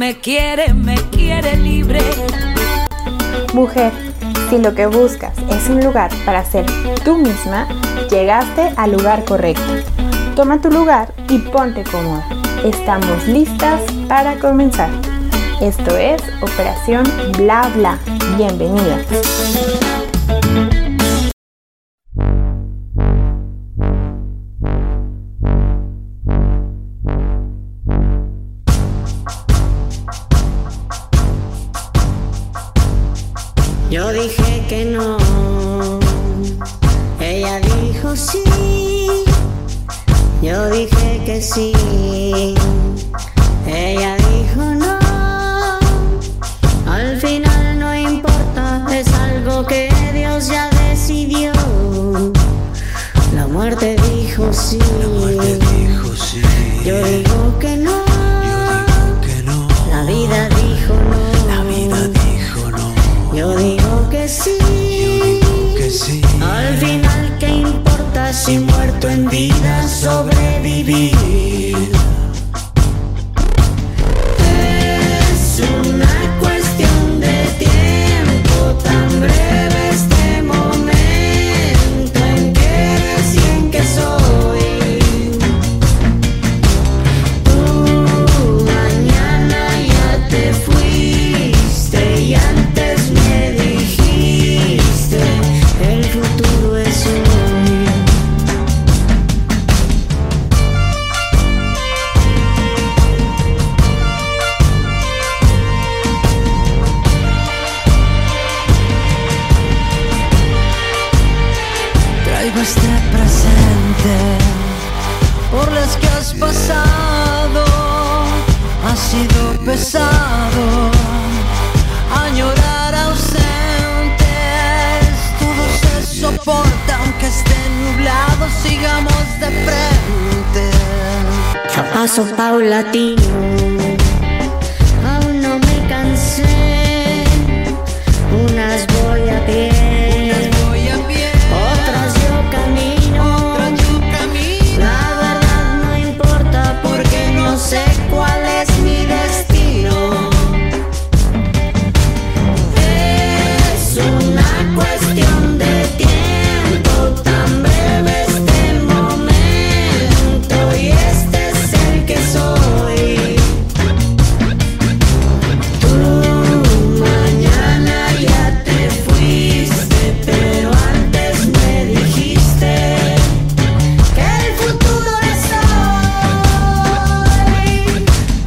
me quiere libre. Mujer, si lo que buscas es un lugar para ser tú misma, llegaste al lugar correcto. Toma tu lugar y ponte cómoda. Estamos listas para comenzar. Esto es Operación Bla Bla. Bienvenida. Yo dije que no, ella dijo sí. Yo dije que sí, ella dijo no. Al final no importa, es algo que Dios ya decidió. La muerte dijo sí, yo digo que no. La vida dijo no. Yo digo que sí. Al final, ¿qué importa si muerto en vida sobrevivir? Es una cuestión de tiempo, tan breve este momento en que eres y en que soy. Tú mañana ya te fuiste y antes me dijiste, el futuro es hoy. Traigo este presente por las que has pasado. Ha sido pesado añorar ausentes. Todo se soporta aunque esté nublado. Sigamos de frente. A paso paulatino, aún no me cansé. Unas voy a pie, otras yo camino. La verdad no importa porque no sé cuál es mi destino. Es una cuestión de tiempo, tan breve este momento y este es el que soy. Tú mañana ya te fuiste, pero antes me dijiste que el futuro es hoy.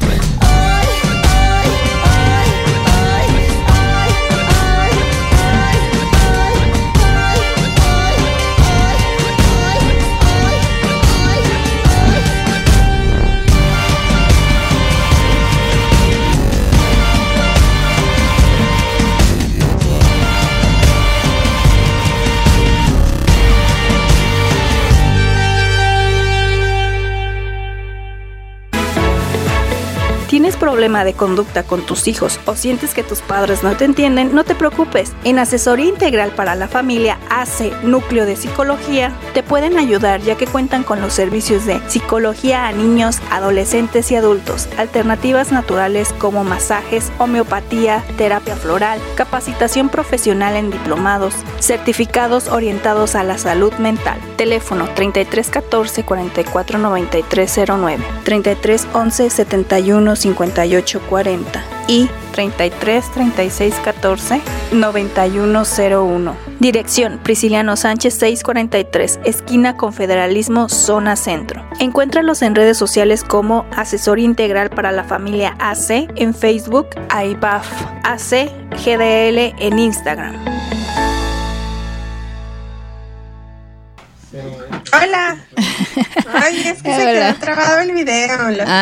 ¿Tienes problema de conducta con tus hijos o sientes que tus padres no te entienden? No te preocupes. En Asesoría Integral para la Familia AC Núcleo de Psicología te pueden ayudar, ya que cuentan con los servicios de psicología a niños, adolescentes y adultos, alternativas naturales como masajes, homeopatía, terapia floral, capacitación profesional en diplomados, certificados orientados a la salud mental. Teléfono 3314 44 93 09, 3311 71 58 40 y 33 36 14 91 01. Dirección: Prisciliano Sánchez 643, esquina Confederalismo, zona centro. Encuéntralos en redes sociales como Asesoría Integral para la Familia AC en Facebook, AIBAF AC GDL en Instagram. Hola. Ay, es que se quedó trabado el video.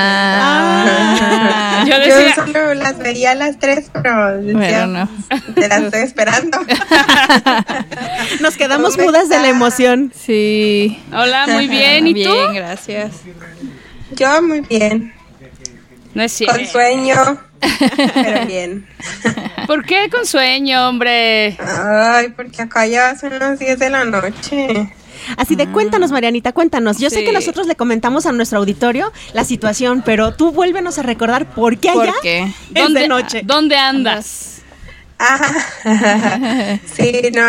Yo decía, yo solo las veía a las 3, pero decía, no. Te las estoy esperando. Nos quedamos mudas de la emoción. Sí. Hola, muy bien. ¿Y tú? Bien, gracias. Yo muy bien. No es cierto. Con sueño, pero bien. ¿Por qué con sueño, hombre? Ay, porque acá ya son las 10 de la noche. Así de, cuéntanos, Marianita, cuéntanos. Yo sé que nosotros le comentamos a nuestro auditorio la situación, pero tú vuélvenos a recordar por qué allá es de noche. ¿Dónde andas? Sí, no,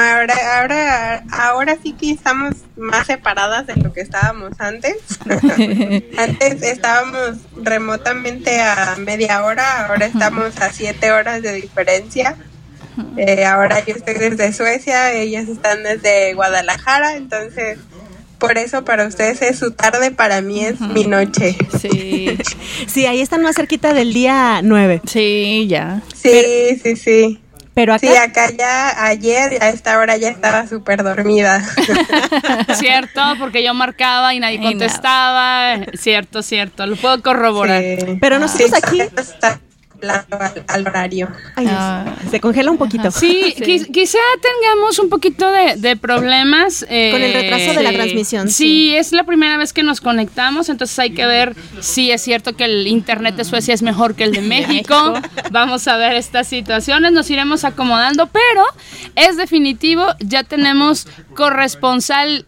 ahora sí que estamos más separadas de lo que estábamos antes. Antes estábamos remotamente a media hora, ahora estamos a 7 horas de diferencia. Ahora yo estoy desde Suecia, ellas están desde Guadalajara, entonces por eso para ustedes es su tarde, para mí es mi noche. Sí. Sí, ahí están más cerquita del día 9. Sí, ya. Sí. Pero acá... Sí, acá ya ayer a esta hora ya estaba súper dormida. Cierto, porque yo marcaba y nadie contestaba. Cierto, lo puedo corroborar. Sí. Pero nosotros aquí... Está al horario. Ay, se congela un poquito. Sí, quizá tengamos un poquito de problemas. Con el retraso de la transmisión. Sí, es la primera vez que nos conectamos, entonces hay que ver si es cierto que el internet de Suecia es mejor que el de México. Vamos a ver estas situaciones, nos iremos acomodando, pero es definitivo, ya tenemos corresponsal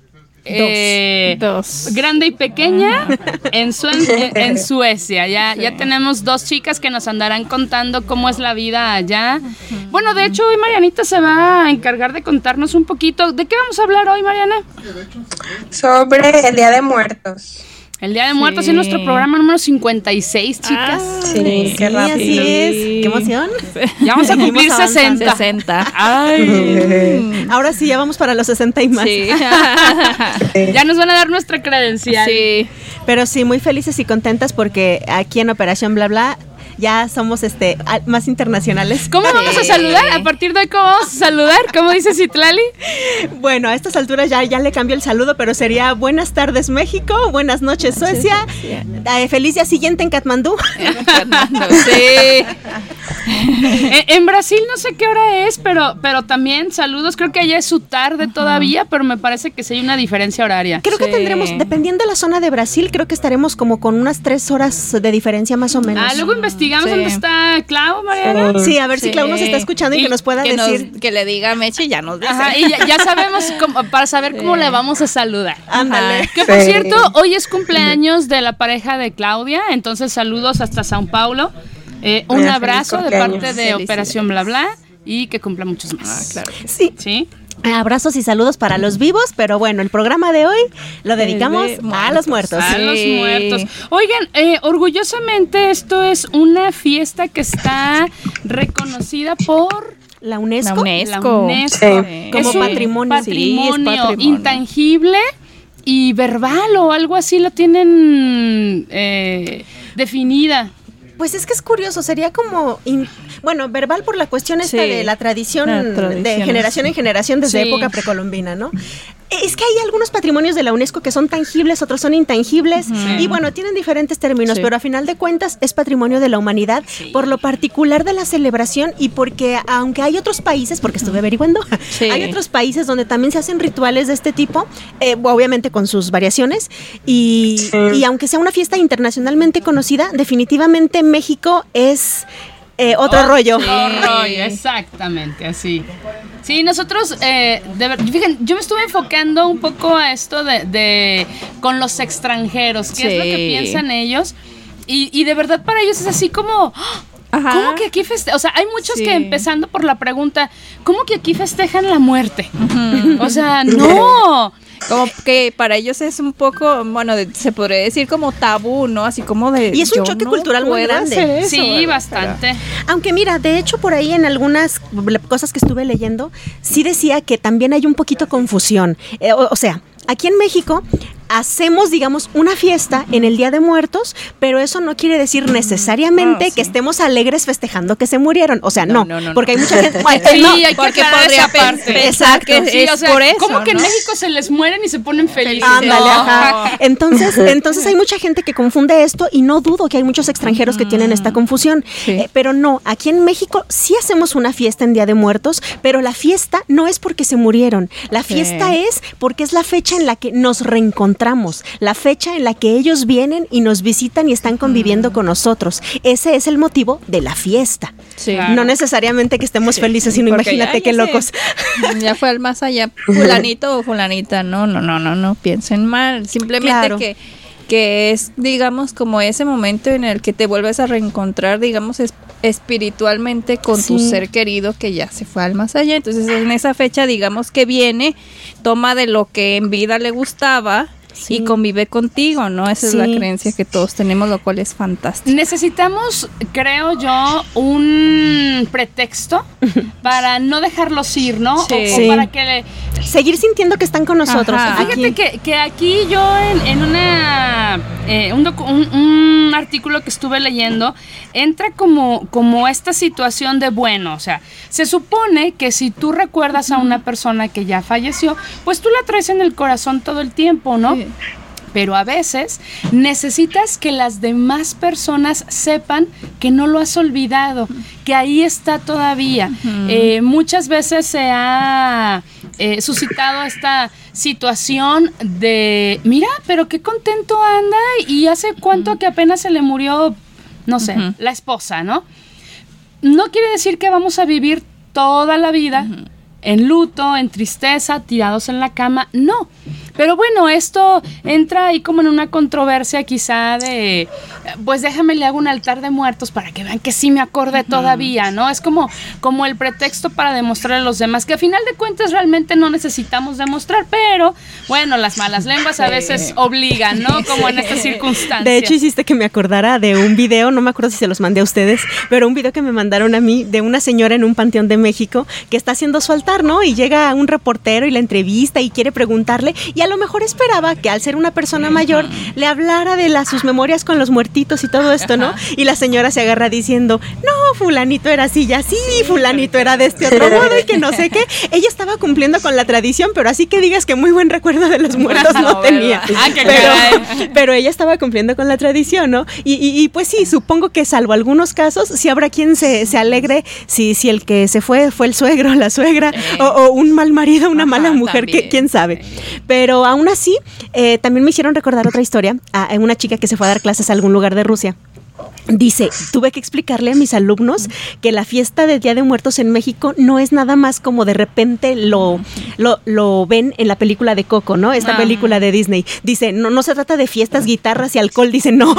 Dos. Grande y pequeña en Suecia. Ya tenemos 2 chicas que nos andarán contando cómo es la vida allá. Bueno, de hecho hoy Marianita se va a encargar de contarnos un poquito. ¿De qué vamos a hablar hoy, Mariana? Sobre el Día de Muertos. El Día de Muertos es nuestro programa número 56, chicas. Sí, qué rápido. Así es. Qué emoción. Ya vamos a cumplir 60. Ay. Ahora sí, ya vamos para los 60 y más. Sí. Ya nos van a dar nuestra credencial. Sí. Pero sí, muy felices y contentas porque aquí en Operación Bla Bla ya somos más internacionales. ¿Cómo vamos a saludar? A partir de hoy, ¿cómo vamos a saludar? ¿Cómo dice Citlali? Bueno, a estas alturas ya le cambió el saludo, pero sería buenas tardes México, buenas noches Suecia, feliz día siguiente en Katmandú. Sí. En Brasil no sé qué hora es, pero también saludos, creo que allá es su tarde todavía, pero me parece que sí hay una diferencia horaria. Creo que tendremos, dependiendo de la zona de Brasil, creo que estaremos como con unas 3 horas de diferencia más o menos. Luego investigamos dónde está Clau, Mariana. Sí, a ver si Clau nos está escuchando y que nos pueda decir. Que le diga a Meche y ya nos dice. Ajá, y ya sabemos para saber cómo le vamos a saludar. Ándale. Que por cierto, hoy es cumpleaños de la pareja de Claudia, entonces saludos hasta Sao Paulo. Un abrazo de parte de Operación Bla Bla y que cumpla muchos más. Claro. Sí. Abrazos y saludos para los vivos, pero bueno, el programa de hoy lo dedicamos a los muertos. A los muertos. Oigan, orgullosamente esto es una fiesta que está reconocida por la UNESCO. Como es patrimonio. Patrimonio intangible y verbal o algo así lo tienen definida. Pues es que es curioso, sería como, verbal por la cuestión de la tradición de generación en generación desde época precolombina, ¿no? Es que hay algunos patrimonios de la UNESCO que son tangibles, otros son intangibles, y bueno, tienen diferentes términos, pero a final de cuentas es patrimonio de la humanidad por lo particular de la celebración y porque aunque hay otros países, porque estuve averiguando, hay otros países donde también se hacen rituales de este tipo, obviamente con sus variaciones, y aunque sea una fiesta internacionalmente conocida, definitivamente México es otro rollo. Exactamente, así. Sí, nosotros, fíjense, yo me estuve enfocando un poco a esto de con los extranjeros, qué es lo que piensan ellos, y de verdad para ellos es así como... ¿Cómo que aquí festejan? O sea, hay muchos que empezando por la pregunta, ¿cómo que aquí festejan la muerte? O sea, no... Como que para ellos es un poco, se podría decir como tabú, ¿no? Así como de... Y es un choque cultural muy grande. Sí, bastante. Aunque mira, de hecho por ahí en algunas cosas que estuve leyendo, sí decía que también hay un poquito confusión. O sea, aquí en México hacemos, digamos, una fiesta en el Día de Muertos, pero eso no quiere decir necesariamente que estemos alegres festejando que se murieron. O sea, no. Porque hay mucha gente... hay que porque podría pensar. Exacto. Sí, o sea, por eso, ¿cómo que en México se les mueren y se ponen felices? Ándale, ajá. Entonces hay mucha gente que confunde esto y no dudo que hay muchos extranjeros que tienen esta confusión. Pero no, aquí en México sí hacemos una fiesta en Día de Muertos, pero la fiesta no es porque se murieron. La fiesta es porque es la fecha en la que nos reencontramos. encontramos, la fecha en la que ellos vienen y nos visitan y están conviviendo con nosotros. Ese es el motivo de la fiesta. Sí. No necesariamente que estemos felices, sino porque imagínate qué locos. Ya fue al más allá, fulanito o fulanita, no piensen mal, simplemente que es, digamos, como ese momento en el que te vuelves a reencontrar, digamos, espiritualmente con tu ser querido que ya se fue al más allá. Entonces, en esa fecha, digamos que viene, toma de lo que en vida le gustaba y convive contigo, ¿no? Esa es la creencia que todos tenemos, lo cual es fantástico. Necesitamos, creo yo, un pretexto para no dejarlos ir, ¿no? O para que seguir sintiendo que están con nosotros. Fíjate que aquí yo en un artículo que estuve leyendo entra como esta situación de, bueno, o sea, se supone que si tú recuerdas a una persona que ya falleció, pues tú la traes en el corazón todo el tiempo, ¿no? Sí. Pero a veces necesitas que las demás personas sepan que no lo has olvidado, que ahí está todavía. Muchas veces se ha suscitado esta situación de, mira, pero qué contento anda y hace cuánto que apenas se le murió, no sé, la esposa, ¿no? No quiere decir que vamos a vivir toda la vida en luto, en tristeza, tirados en la cama, no. Pero bueno, esto entra ahí como en una controversia quizá de, pues déjame le hago un altar de muertos para que vean que sí me acordé todavía, ¿no? Es como el pretexto para demostrarle a los demás que a final de cuentas realmente no necesitamos demostrar, pero bueno, las malas lenguas a veces obligan, ¿no? Como en estas circunstancias. De hecho, hiciste que me acordara de un video, no me acuerdo si se los mandé a ustedes, pero un video que me mandaron a mí de una señora en un panteón de México que está haciendo su altar, ¿no? Y llega un reportero y la entrevista y quiere preguntarle, y a lo mejor esperaba que al ser una persona mayor le hablara de sus memorias con los muertitos y todo esto, ¿no? Y la señora se agarra diciendo, no, fulanito era así y así, fulanito era de este otro modo y que no sé qué. Ella estaba cumpliendo con la tradición, pero así que digas que muy buen recuerdo de los muertos no tenía. Pero ella estaba cumpliendo con la tradición, ¿no? Y pues sí, supongo que salvo algunos casos, sí habrá quien se alegre si el que se fue el suegro, la suegra, o un mal marido, una mala mujer, que quién sabe. Pero aún así, también me hicieron recordar otra historia a una chica que se fue a dar clases a algún lugar de Rusia. Dice, tuve que explicarle a mis alumnos que la fiesta del Día de Muertos en México no es nada más como de repente lo ven en la película de Coco, ¿no? Esta película de Disney. Dice, no se trata de fiestas, guitarras y alcohol. Dice, no.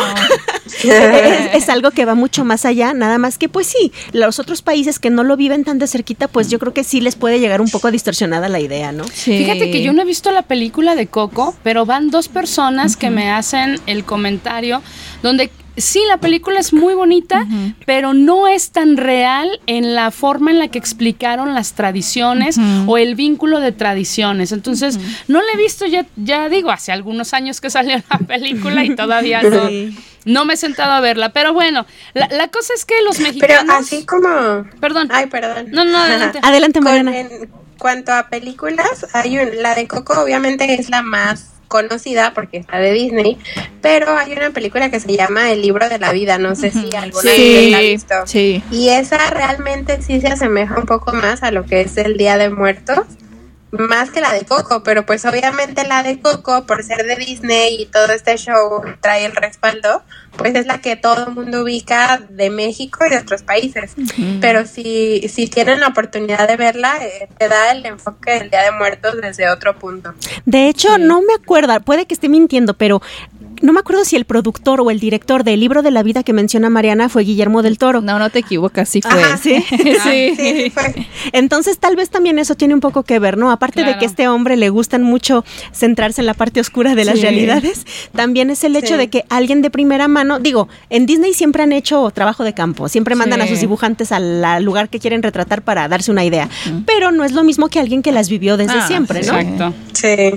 Es algo que va mucho más allá, nada más que pues sí, los otros países que no lo viven tan de cerquita, pues yo creo que sí les puede llegar un poco distorsionada la idea, ¿no? Sí. Fíjate que yo no he visto la película de Coco, pero van dos personas que me hacen el comentario donde sí, la película es muy bonita, pero no es tan real en la forma en la que explicaron las tradiciones o el vínculo de tradiciones. Entonces, no la he visto, ya digo, hace algunos años que salió la película y todavía no me he sentado a verla. Pero bueno, la cosa es que los mexicanos... Pero así como... Perdón. Ay, perdón. No, adelante. Adelante, Mariana. En cuanto a películas, la de Coco obviamente es la más conocida porque está de Disney, pero hay una película que se llama El libro de la vida, no sé si alguna vez la ha visto. Sí. Y esa realmente sí se asemeja un poco más a lo que es el Día de Muertos, más que la de Coco, pero pues obviamente la de Coco, por ser de Disney y todo este show trae el respaldo, pues es la que todo el mundo ubica de México y de otros países. Pero si tienen la oportunidad de verla, te da el enfoque del Día de Muertos desde otro punto. De hecho, no me acuerdo, puede que esté mintiendo, pero no me acuerdo si el productor o el director del libro de la vida que menciona Mariana fue Guillermo del Toro. No te equivocas, sí fue. Ajá, ¿sí? Sí fue. Entonces tal vez también eso tiene un poco que ver, ¿no? Aparte de que a este hombre le gustan mucho centrarse en la parte oscura de las realidades, también es el hecho de que alguien de primera mano, digo, en Disney siempre han hecho trabajo de campo, siempre mandan a sus dibujantes al lugar que quieren retratar para darse una idea, pero no es lo mismo que alguien que las vivió desde siempre, ¿no? Exacto. Sí.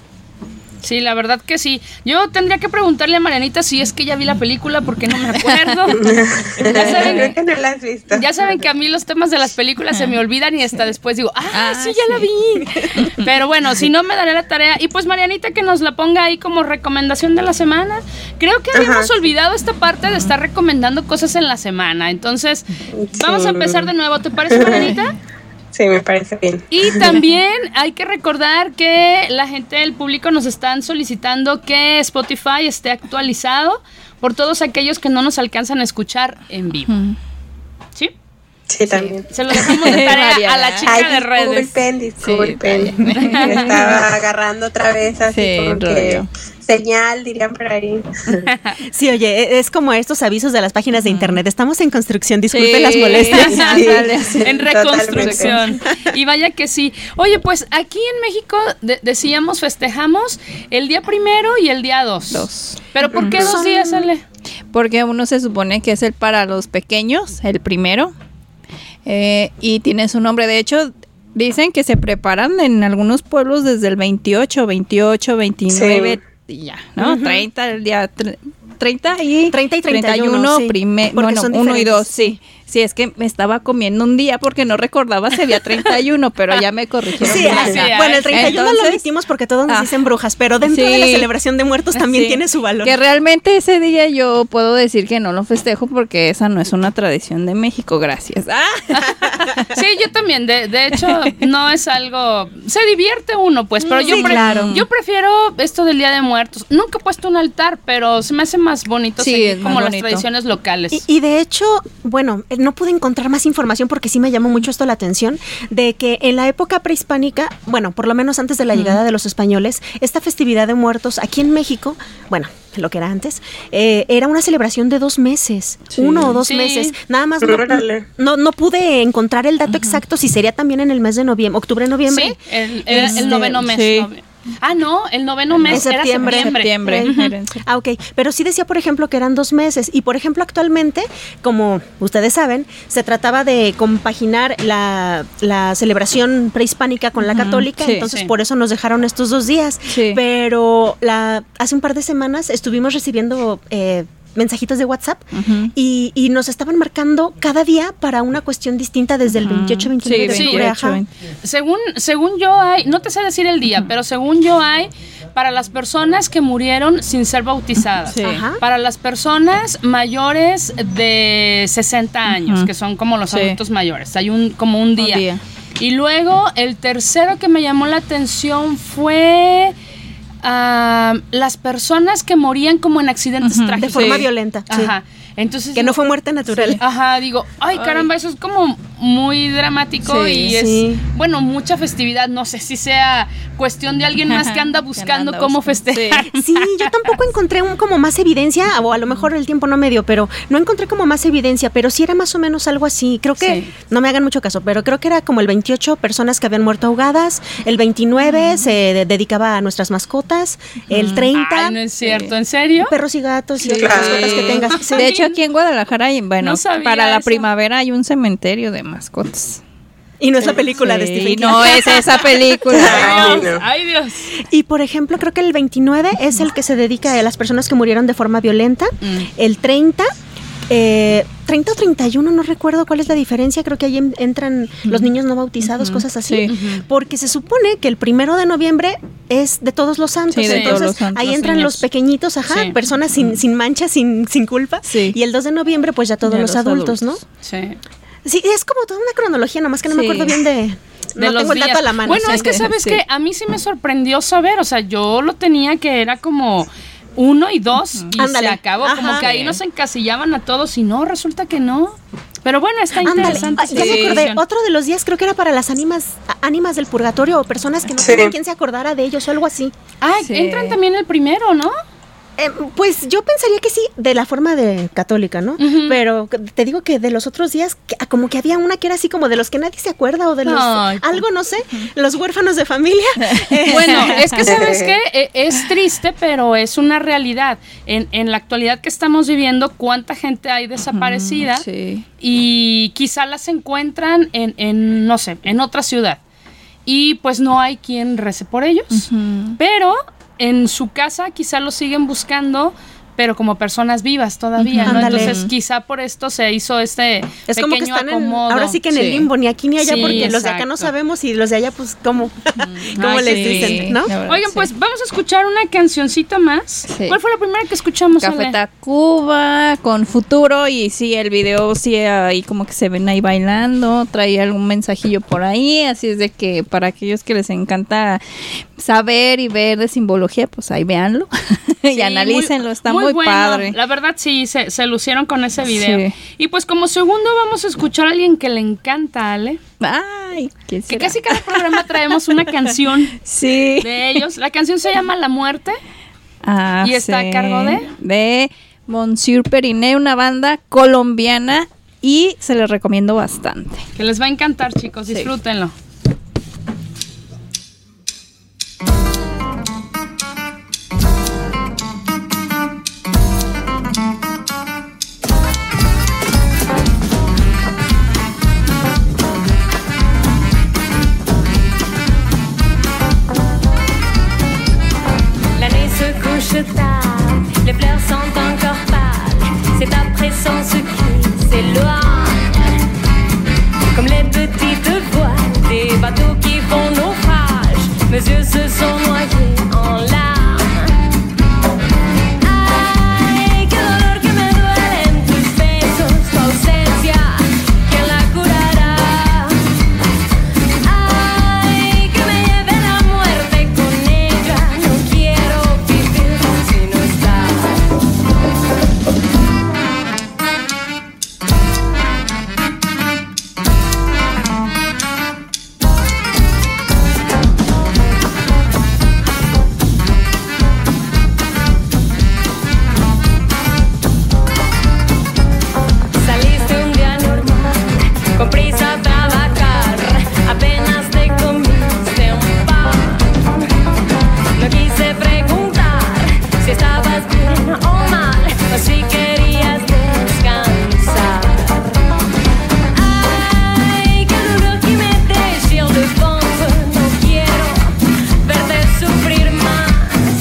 Sí, la verdad que sí. Yo tendría que preguntarle a Marianita si es que ya vi la película porque no me acuerdo. Creo que no la has visto. Ya saben que a mí los temas de las películas se me olvidan y hasta después digo, sí, ya la vi. Pero bueno, si no me daré la tarea. Y pues Marianita que nos la ponga ahí como recomendación de la semana. Creo que habíamos olvidado esta parte de estar recomendando cosas en la semana. Entonces, vamos a empezar de nuevo. ¿Te parece, Marianita? Sí, me parece bien. Y también hay que recordar que la gente del público nos están solicitando que Spotify esté actualizado por todos aquellos que no nos alcanzan a escuchar en vivo. ¿Sí? Sí, también. Se lo dejamos de tarea a la chica de redes. Disculpen. Me estaba agarrando otra vez así como que señal, dirían por ahí. Sí, oye, es como estos avisos de las páginas de internet. Estamos en construcción, disculpen las molestias. En reconstrucción. Y vaya que sí. Oye, pues aquí en México decíamos, festejamos el día 1 y el día 2. ¿Pero por qué 2 días, Ale? Porque uno se supone que es el para los pequeños, el primero. Y tiene su nombre. De hecho, dicen que se preparan en algunos pueblos desde el 28, 29 y ya, ¿no? 30, el día 30 y 31, sí. Bueno, 1 y 2, sí. Sí, es que me estaba comiendo un día porque no recordaba si había 31, pero ya me corrigieron. Sí, bueno, el 31 entonces, lo omitimos porque todos nos dicen brujas, pero dentro de la celebración de muertos también tiene su valor. Que realmente ese día yo puedo decir que no lo festejo porque esa no es una tradición de México, gracias. Sí, yo también, de hecho, no es algo... Se divierte uno, pues, pero yo prefiero esto del Día de Muertos. Nunca he puesto un altar, pero se me hace más bonito seguir como las tradiciones locales. Y de hecho, bueno, no pude encontrar más información porque sí me llamó mucho esto la atención, de que en la época prehispánica, bueno, por lo menos antes de la llegada de los españoles, esta festividad de muertos aquí en México, bueno, lo que era antes, era una celebración de 2 meses, 1 o 2 meses, nada más no pude encontrar el dato exacto si sería también en el mes de noviembre, octubre-noviembre. Sí, el noveno mes. Sí. No, el noveno mes era septiembre. Ok, pero sí decía, por ejemplo, que eran 2 meses. Y, por ejemplo, actualmente, como ustedes saben, se trataba de compaginar la celebración prehispánica con la católica, entonces por eso nos dejaron estos 2 días. Sí. Pero hace un par de semanas estuvimos recibiendo mensajitos de WhatsApp y nos estaban marcando cada día para una cuestión distinta desde el 28, 29 de octubre. Según yo hay, no te sé decir el día, pero según yo hay para las personas que murieron sin ser bautizadas, para las personas mayores de 60 años, que son como los adultos mayores, hay como un día. Y luego el tercero que me llamó la atención fue... las personas que morían como en accidentes trágicos. De forma violenta. Ajá. Entonces, que no fue muerte natural. Digo, caramba, eso es como muy dramático y es, bueno, mucha festividad. No sé si sea cuestión de alguien más que anda buscando cómo festejar. Sí, yo tampoco encontré como más evidencia, o a lo mejor el tiempo no me dio, pero no encontré como más evidencia, pero sí era más o menos algo así. Creo que, no me hagan mucho caso, pero creo que era como el 28 personas que habían muerto ahogadas, el 29 se dedicaba a nuestras mascotas, el 30... Ay, no es cierto, ¿en serio? Perros y gatos y otras mascotas que tengas. De hecho, aquí en Guadalajara, para la primavera hay un cementerio de mascotas. Y no es la película de Stephen King. No es esa película. Ay, Dios. Y por ejemplo, creo que el 29 es el que se dedica a las personas que murieron de forma violenta. El 30... 30 o 31, no recuerdo cuál es la diferencia, creo que ahí entran los niños no bautizados, cosas así, porque se supone que el 1 de noviembre es de Todos los Santos, entonces ahí entran los pequeñitos, personas sin mancha, sin culpa, y el 2 de noviembre pues ya todos los adultos, ¿no? Sí, es como toda una cronología, nomás que no me acuerdo bien de no tengo el dato a la mano. Bueno, es que sabes que a mí sí me sorprendió saber, o sea, yo lo tenía que era como 1 y 2 y se acabó, como que ahí nos encasillaban a todos y no, resulta que no. Pero bueno, está interesante. Ya me acordé, otro de los días creo que era para las ánimas del purgatorio o personas que no tenían quien se acordara de ellos o algo así. Entran también el primero, ¿no? Pues yo pensaría que sí, de la forma de católica, ¿no? Pero te digo que de los otros días, como que había una que era así como de los que nadie se acuerda o de los, algo, no sé, los huérfanos de familia. Bueno, es que ¿sabes qué? Es triste, pero es una realidad. En la actualidad que estamos viviendo, ¿cuánta gente hay desaparecida? Y quizá las encuentran en no sé, en otra ciudad. Y pues no hay quien rece por ellos. Pero... en su casa quizá lo siguen buscando pero como personas vivas todavía, ¿no? Ándale. Entonces quizá por esto se hizo este Es como que pequeño están acomodo. ahora sí que en el limbo, ni aquí ni allá, Sí, porque los de acá no exacto. sabemos y los de allá pues cómo Ay, les sí. dicen, ¿no? La verdad, Oigan, sí. pues vamos a escuchar una cancioncita más. Sí. ¿Cuál fue la primera que escuchamos, Café Ale? Tacuba con Futuro, y sí, el video sí ahí como que se ven ahí bailando, trae algún mensajillo por ahí, así es de que para aquellos que les encanta saber y ver de simbología, pues ahí véanlo y Sí, analícenlo, está muy bueno. padre. La verdad sí, se lucieron con ese video. Sí. Y pues como segundo vamos a escuchar a alguien que le encanta, Ale. Ay, ¿quién Que será? casi cada programa traemos una canción Sí. de ellos. La canción se llama La Muerte. Ah, ¿Y está a cargo de Monsieur Periné, una banda colombiana, y se les recomiendo bastante. Que les va a encantar, chicos. Sí. Disfrútenlo. La nuit se couche tard, les fleurs sont encore pâles. C'est après son qui s'éloigne, comme les petites voiles des bateaux qui font naufrage. Mes yeux se sont noyés en larmes. Ay, qué dolor que me duelen tus besos, tu ausencia, ¿quién la curará? Ay, que me lleve la muerte con ella, no quiero vivir si no estás. Saliste un día normal, con prisa a trabajar, apenas te comiste un pan. No quise preguntar si estabas bien o mal, o si querías descansar. Ay, qué dolor qui me déchire le ventre, no quiero verte sufrir más.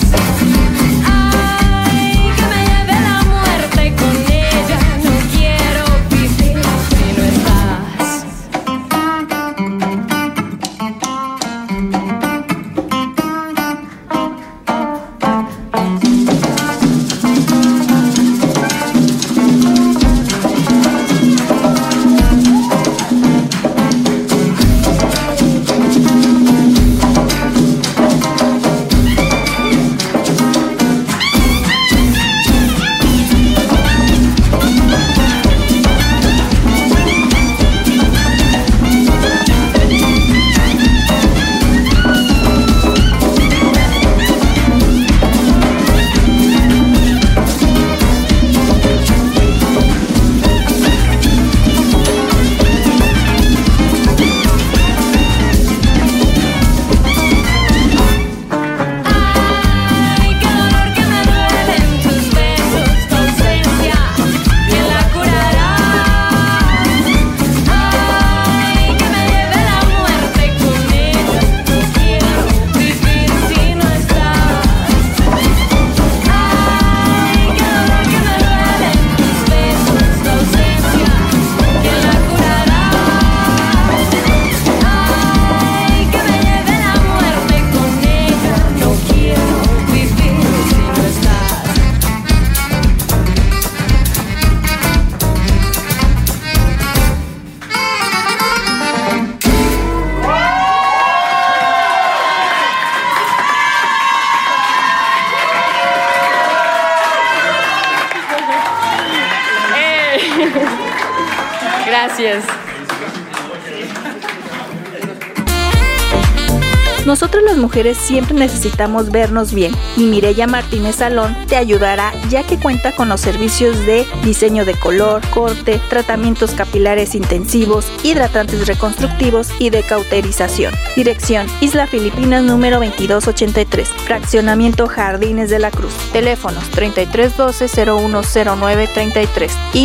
Ay, que me lleve la muerte con ella, no quiero vivir si no estás. Ay, qué dolor que me duelen tus besos, tu ausencia, ¿quién la curará? Ay, que me lleve la muerte con ella, no quiero vivir si no estás. Ay, qué dolor que me duelen tus besos, tu ausencia, ¿quién la curará? Ay, que me lleve la muerte con ella, no quiero vivir si no estás. Gracias. Nosotras las mujeres siempre necesitamos vernos bien y Mireya Martínez Salón te ayudará, ya que cuenta con los servicios de diseño de color, corte, tratamientos capilares intensivos, hidratantes reconstructivos y de cauterización. Dirección: Isla Filipinas número 2283, Fraccionamiento Jardines de la Cruz. Teléfonos 3312-010933 y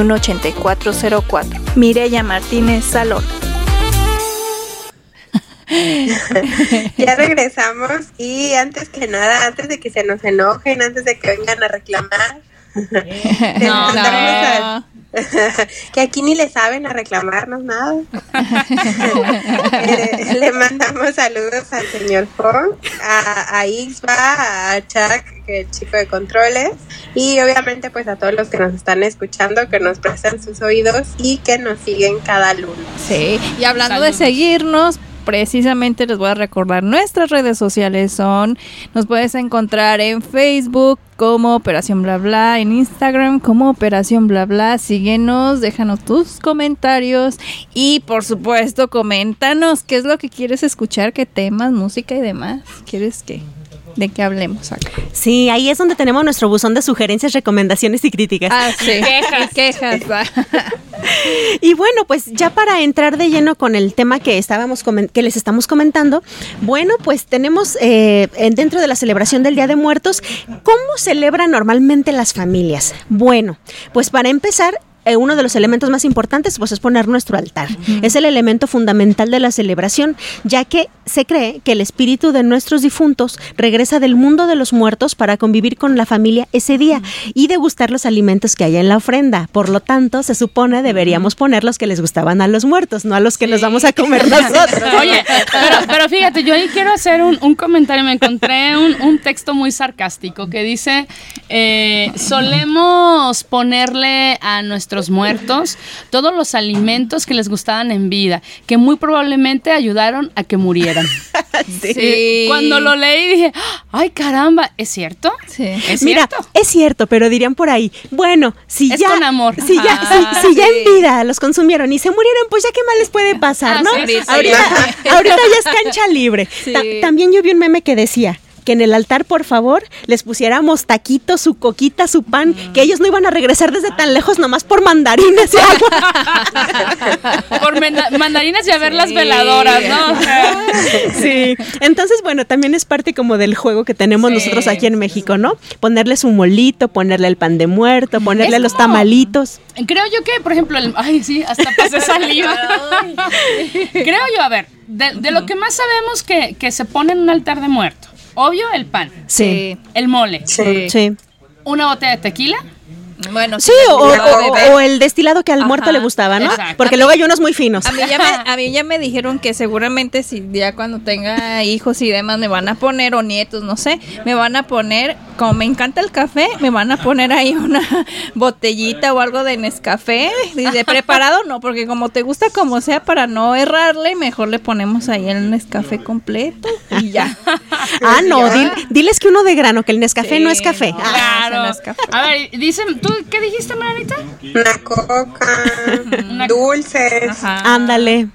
3338-218404. Mireya Martínez Salón. Ya regresamos y antes que nada, antes de que se nos enojen, antes de que vengan a reclamar, que aquí ni le saben a reclamarnos nada. Le mandamos saludos al señor Fong, a Ixba, a Chuck, que es el chico de controles, y obviamente pues a todos los que nos están escuchando, que nos prestan sus oídos y que nos siguen cada lunes. Sí, y hablando de seguirnos, precisamente les voy a recordar nuestras redes sociales nos puedes encontrar en Facebook como Operación Bla Bla, en Instagram como Operación Bla Bla. Síguenos, déjanos tus comentarios y por supuesto coméntanos qué es lo que quieres escuchar, qué temas, música y demás quieres de qué hablemos acá. Sí, ahí es donde tenemos nuestro buzón de sugerencias, recomendaciones y críticas. Ah, sí. Quejas. Y bueno, pues ya para entrar de lleno con el tema que les estamos comentando, bueno, pues tenemos dentro de la celebración del Día de Muertos, ¿cómo celebran normalmente las familias? Bueno, pues para empezar, uno de los elementos más importantes pues es poner nuestro altar. Es el elemento fundamental de la celebración, ya que se cree que el espíritu de nuestros difuntos regresa del mundo de los muertos para convivir con la familia ese día y degustar los alimentos que hay en la ofrenda. Por lo tanto, se supone deberíamos poner los que les gustaban a los muertos, no a los que nos vamos a comer nosotros. Oye, pero fíjate, yo ahí quiero hacer un comentario. Me encontré un texto muy sarcástico que dice, solemos ponerle a nuestros muertos todos los alimentos que les gustaban en vida, que muy probablemente ayudaron a que murieran. Sí. Cuando lo leí dije, ay caramba, ¿es cierto? Sí. ¿Es Mira, cierto? es cierto, pero dirían por ahí, bueno, si es ya con amor. Si ya en vida los consumieron y se murieron, pues ya qué más les puede pasar, ¿no? Sí, ahorita ya es cancha libre. Sí. También yo vi un meme que decía que en el altar, por favor, les pusiéramos taquitos, su coquita, su pan, que ellos no iban a regresar desde tan lejos nomás por mandarinas y agua. Por mandarinas y a ver las veladoras, ¿no? Sí, entonces bueno, también es parte como del juego que tenemos nosotros aquí en México, ¿no? Ponerle su molito, ponerle el pan de muerto, ponerle los tamalitos. Creo yo que, por ejemplo, ay sí, hasta pasé saliva. Creo yo, a ver, de lo que más sabemos que se pone en un altar de muerto. Obvio, el pan. Sí. El mole. Sí. Una botella de tequila. Bueno, sí, o el destilado que al muerto le gustaba, ¿no? Exacto. Porque luego hay unos muy finos. A mí ya me dijeron que seguramente si ya cuando tenga hijos y demás me van a poner, o nietos, no sé, me van a poner, como me encanta el café, me van a poner ahí una botellita o algo de Nescafé, de preparado no, porque como te gusta como sea, para no errarle, mejor le ponemos ahí el Nescafé completo y ya. No, diles que uno de grano, que el Nescafé no es café. No, claro. No es café. A ver, dicen, ¿tú qué dijiste, Maranita? Una coca, dulces, Ándale.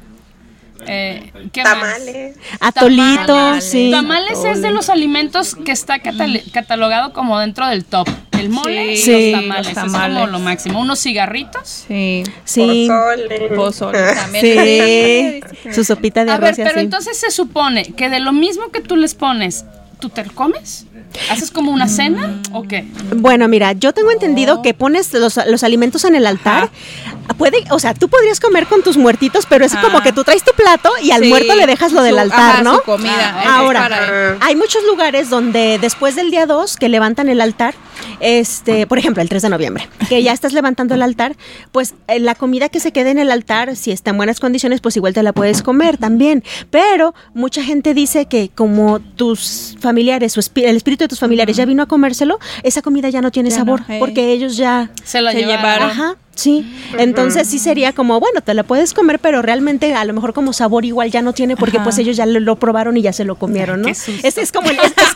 ¿Qué tamales. Atolito, tamales. sí. Tamales es de los alimentos que está catalogado como dentro del top. El mole Sí, y los tamales. los tamales. Es como lo máximo. Unos cigarritos. Sí. Sí. Pozole también. Sí. Su sopita de A arroz ver, pero entonces se supone que de lo mismo que tú les pones, ¿tú te lo comes? ¿Haces como una cena o qué? Bueno, mira, yo tengo entendido que pones los alimentos en el altar. O sea, tú podrías comer con tus muertitos, pero es como que tú traes tu plato y al muerto le dejas lo del altar, ¿no? Su comida. Ahora, hay muchos lugares donde después del día 2 que levantan el altar, por ejemplo, el 3 de noviembre, que ya estás levantando el altar, pues la comida que se quede en el altar, si está en buenas condiciones, pues igual te la puedes comer también. Pero mucha gente dice que como tus familiares, el espíritu de tus familiares ya vino a comérselo, esa comida ya no tiene sabor, porque ellos ya se la llevaron. Ajá. Sí, entonces sí sería como, bueno, te la puedes comer, pero realmente a lo mejor como sabor igual ya no tiene porque pues ellos ya lo probaron y ya se lo comieron, ¿no? Es como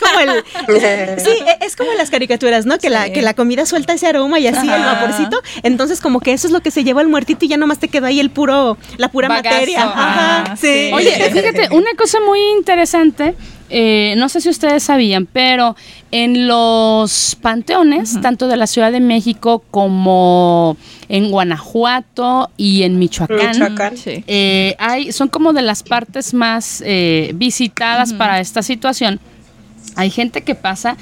en las caricaturas, ¿no? Que la comida suelta ese aroma y así el vaporcito, entonces como que eso es lo que se lleva el muertito y ya nomás te quedó ahí la pura bagazo. materia. Ajá, sí. Oye, fíjate, una cosa muy interesante, no sé si ustedes sabían, pero en los panteones, tanto de la Ciudad de México como en Guanajuato y en Michoacán. Son como de las partes más visitadas para esta situación. Hay gente que pasa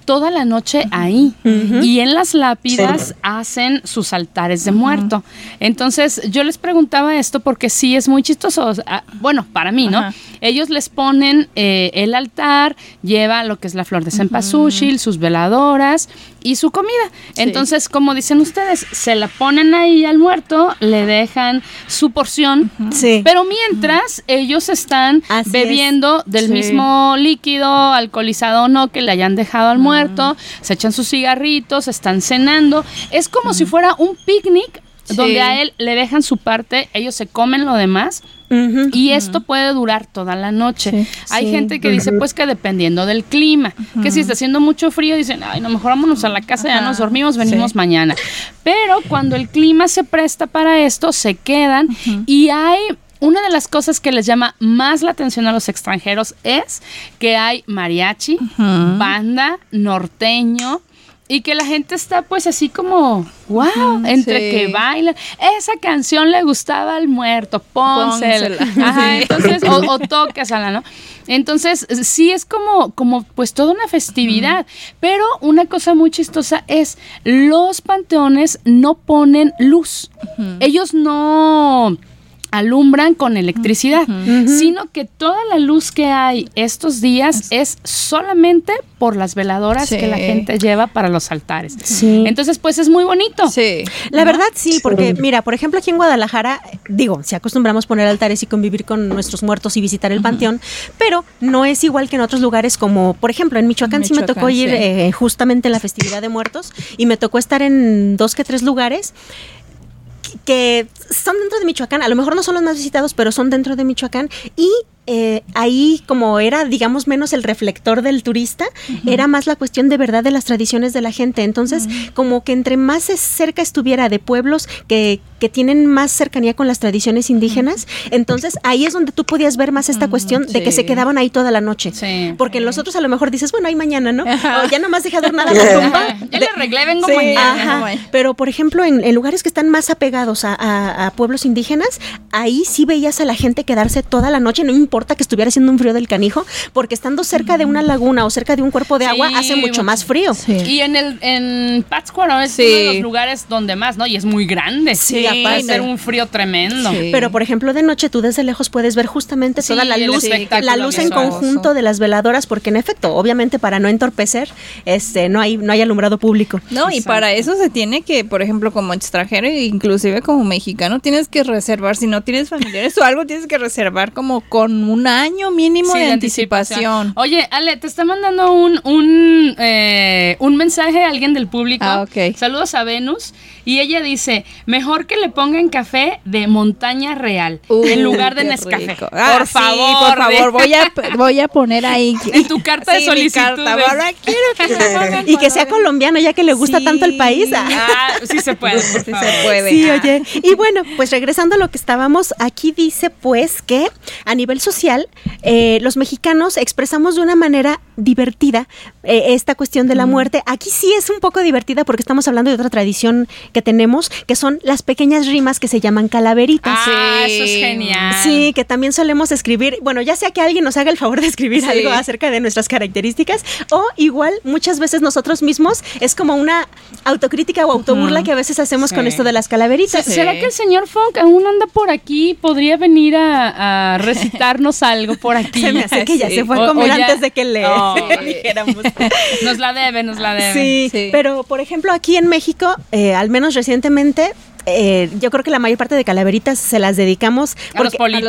toda la noche ahí. Y en las lápidas hacen sus altares de muerto. Entonces, yo les preguntaba esto porque sí es muy chistoso. Bueno, para mí, ¿no? Ellos les ponen el altar, lleva lo que es la flor de cempasúchil, sus veladoras y su comida. Entonces, como dicen ustedes, se la ponen ahí al muerto, le dejan su porción, pero mientras ellos están bebiendo del mismo líquido, alcoholizado o no, que le hayan dejado al muerto, se echan sus cigarritos, están cenando. Es como si fuera un picnic donde a él le dejan su parte, ellos se comen lo demás. Y esto puede durar toda la noche. Hay gente que dice pues que dependiendo del clima, que si está haciendo mucho frío dicen, ay, no, mejor vámonos a la casa, ya nos dormimos, venimos mañana. Pero cuando el clima se presta para esto, se quedan y hay... Una de las cosas que les llama más la atención a los extranjeros es que hay mariachi, banda, norteño, y que la gente está pues así como, wow, entre que bailan. Esa canción le gustaba al muerto, pónsela. Entonces, o tócasela, ¿no? Entonces, sí es como pues toda una festividad. Pero una cosa muy chistosa es, los panteones no ponen luz. Ellos no alumbran con electricidad, sino que toda la luz que hay estos días es solamente por las veladoras que la gente lleva para los altares. Entonces, pues es muy bonito. La verdad, sí, porque mira, por ejemplo, aquí en Guadalajara, digo, si acostumbramos poner altares y convivir con nuestros muertos y visitar el panteón, pero no es igual que en otros lugares como, por ejemplo, en Michoacán sí me tocó ir justamente en la festividad de muertos y me tocó estar en 2 que 3 lugares que son dentro de Michoacán, a lo mejor no son los más visitados, pero son dentro de Michoacán y ahí como era, digamos, menos el reflector del turista, era más la cuestión de verdad de las tradiciones de la gente. Entonces, como que entre más cerca estuviera de pueblos que tienen más cercanía con las tradiciones indígenas, entonces ahí es donde tú podías ver más esta cuestión de que se quedaban ahí toda la noche. Porque en los otros a lo mejor dices, bueno, ahí mañana, ¿no? O ya nomás deja adornada la tumba. Ya le arreglé, vengo mañana. Pero, por ejemplo, en lugares que están más apegados a pueblos indígenas, ahí sí veías a la gente quedarse toda la noche, no importa que estuviera haciendo un frío del canijo, porque estando cerca de una laguna o cerca de un cuerpo de agua hace mucho más frío. Y en Pátzcuaro es uno de los lugares donde más, ¿no? Y es muy grande. Va a ser un frío tremendo. Pero, por ejemplo, de noche tú desde lejos puedes ver justamente toda la luz en conjunto de las veladoras, porque en efecto, obviamente para no entorpecer, no hay alumbrado público. No, y para eso se tiene que, por ejemplo, como extranjero e inclusive como mexicano, tienes que reservar, si no tienes familiares o algo, tienes que reservar como con un año mínimo de anticipación. Oye, Ale, te está mandando un mensaje a alguien del público. Saludos a Venus. Y ella dice, mejor que le pongan café de Montaña Real en lugar de Nescafé. Por favor. Voy a poner ahí en tu carta de solicitud. Ahora quiero que me pongan y que sea colombiano, ya que le gusta tanto el país. Sí se puede, por favor. Se puede. Sí, oye. Y bueno, pues regresando a lo que estábamos, aquí dice pues que a nivel social, los mexicanos expresamos de una manera divertida esta cuestión de la muerte. Aquí sí es un poco divertida porque estamos hablando de otra tradición que tenemos, que son las pequeñas rimas que se llaman calaveritas. Eso es genial. Sí, que también solemos escribir, bueno, ya sea que alguien nos haga el favor de escribir algo acerca de nuestras características, o igual muchas veces nosotros mismos es como una autocrítica o autoburla que a veces hacemos con esto de las calaveritas. ¿Será que el señor Funk aún anda por aquí? ¿Podría venir a recitarnos algo por aquí? Se me hace que ya se fue a comer antes de que le dijéramos. Nos la debe. Sí, pero por ejemplo aquí en México, al menos recientemente, yo creo que la mayor parte de calaveritas se las dedicamos a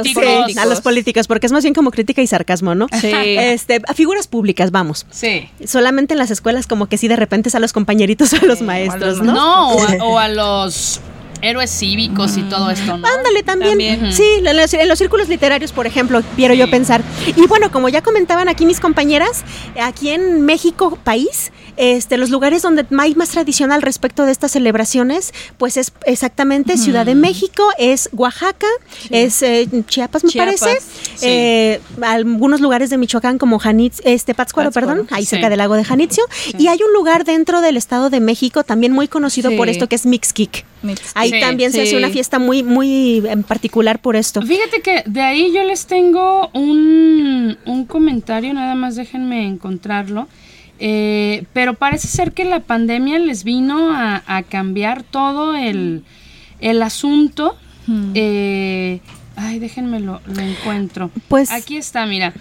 los políticos, porque es más bien como crítica y sarcasmo, ¿no? A figuras públicas, vamos. Solamente en las escuelas como que sí de repente es a los compañerios o a los maestros, ¿no? No, o a los héroes cívicos y todo esto, ¿no? Ándale, también. Sí, en los círculos literarios, por ejemplo, quiero yo pensar. Y bueno, como ya comentaban aquí mis compañeras, aquí en México, país, los lugares donde hay más tradicional respecto de estas celebraciones, pues es exactamente Ciudad de México, es Oaxaca, es Chiapas, me parece, algunos lugares de Michoacán como Pátzcuaro, ahí cerca del lago de Janitzio, y hay un lugar dentro del Estado de México también muy conocido por esto, que es Mixquic. Ahí también se hace una fiesta muy, muy en particular por esto. Fíjate que de ahí yo les tengo un comentario, nada más déjenme encontrarlo. pero parece ser que la pandemia les vino a cambiar todo el asunto. Déjenme lo encuentro. Pues aquí está, mira.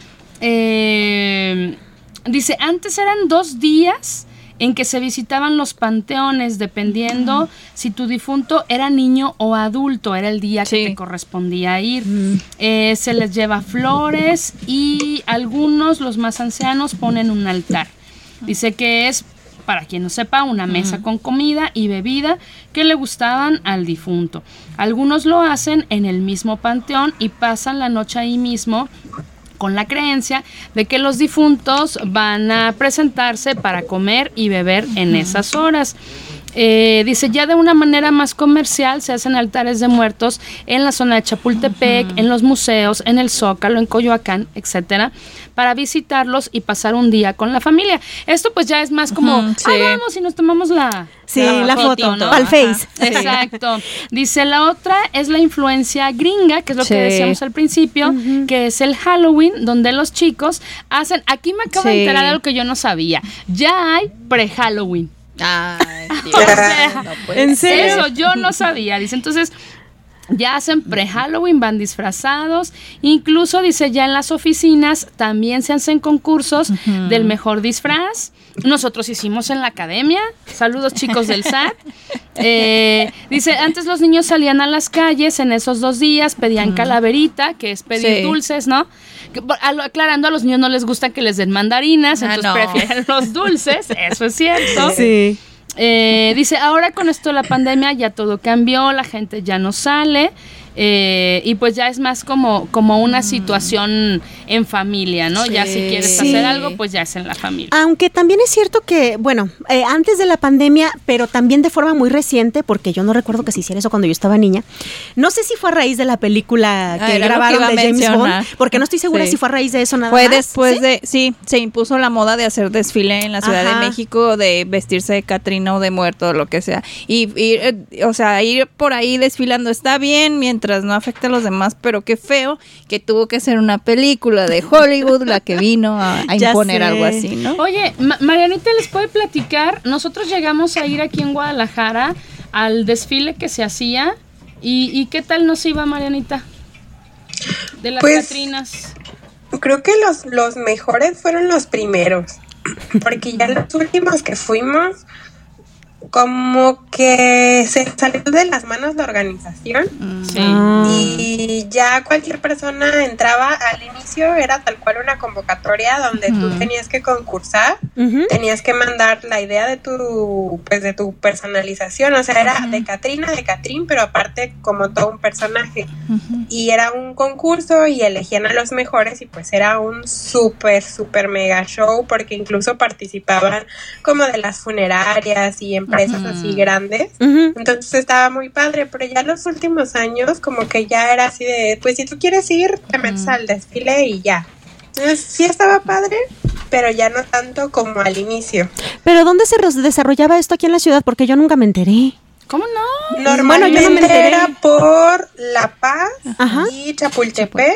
Dice, antes eran 2 días en que se visitaban los panteones, dependiendo si tu difunto era niño o adulto, era el día que te correspondía ir. Se les lleva flores y algunos, los más ancianos, ponen un altar. Dice que es, para quien no sepa, una mesa con comida y bebida que le gustaban al difunto. Algunos lo hacen en el mismo panteón y pasan la noche ahí mismo, con la creencia de que los difuntos van a presentarse para comer y beber en esas horas. Dice, ya de una manera más comercial se hacen altares de muertos en la zona de Chapultepec, en los museos, en el Zócalo, en Coyoacán, etcétera, para visitarlos y pasar un día con la familia. Esto pues ya es más como, vamos y nos tomamos la foto, ¿no? Al Face. Exacto. Dice, la otra es la influencia gringa, que es lo que decíamos al principio, que es el Halloween, donde los chicos hacen, aquí me acabo de enterar de algo que yo no sabía, ya hay pre-Halloween. Ay, Dios. O sea, ¿en serio? Eso yo no sabía. Dice, entonces ya hacen pre-Halloween, van disfrazados. Incluso, dice, ya en las oficinas también se hacen concursos del mejor disfraz. Nosotros hicimos en la academia. Saludos, chicos del SAT. Dice, antes los niños salían a las calles en esos 2 días, pedían calaverita, que es pedir dulces, ¿no? Aclarando, a los niños no les gusta que les den mandarinas, entonces prefieren los dulces, eso es cierto. Sí. Dice, ahora con esto de la pandemia ya todo cambió, la gente ya no sale. Y pues ya es más como una situación en familia, ¿no? Ya si quieres hacer algo, pues ya es en la familia. Aunque también es cierto que, bueno, antes de la pandemia, pero también de forma muy reciente, porque yo no recuerdo que se hiciera eso cuando yo estaba niña. No sé si fue a raíz de la película que grabaron de James Bond, porque no estoy segura si fue a raíz de eso nada más. Fue después se impuso la moda de hacer desfile en la Ciudad de México, de vestirse de Catrina o de muerto o lo que sea. Y ir por ahí desfilando está bien mientras no afecta a los demás, pero qué feo que tuvo que ser una película de Hollywood la que vino a imponer algo así, ¿no? Oye, Marianita les puede platicar, nosotros llegamos a ir aquí en Guadalajara al desfile que se hacía y ¿qué tal nos iba, Marianita? De las Catrinas. Creo que los mejores fueron los primeros, porque ya los últimos que fuimos como que se salió de las manos la organización y ya cualquier persona entraba. Al inicio era tal cual una convocatoria donde tú tenías que concursar, tenías que mandar la idea de tu personalización, o sea, era de Catrina, de Catrín, pero aparte como todo un personaje, y era un concurso y elegían a los mejores y pues era un súper mega show, porque incluso participaban como de las funerarias y empresas así grandes, entonces estaba muy padre, pero ya los últimos años como que ya era así de, pues si tú quieres ir, te metes al desfile y ya. Entonces sí estaba padre, pero ya no tanto como al inicio. ¿Pero dónde se desarrollaba esto aquí en la ciudad? Porque yo nunca me enteré. ¿Cómo no? Normalmente yo no me enteré. Era por La Paz y Chapultepec,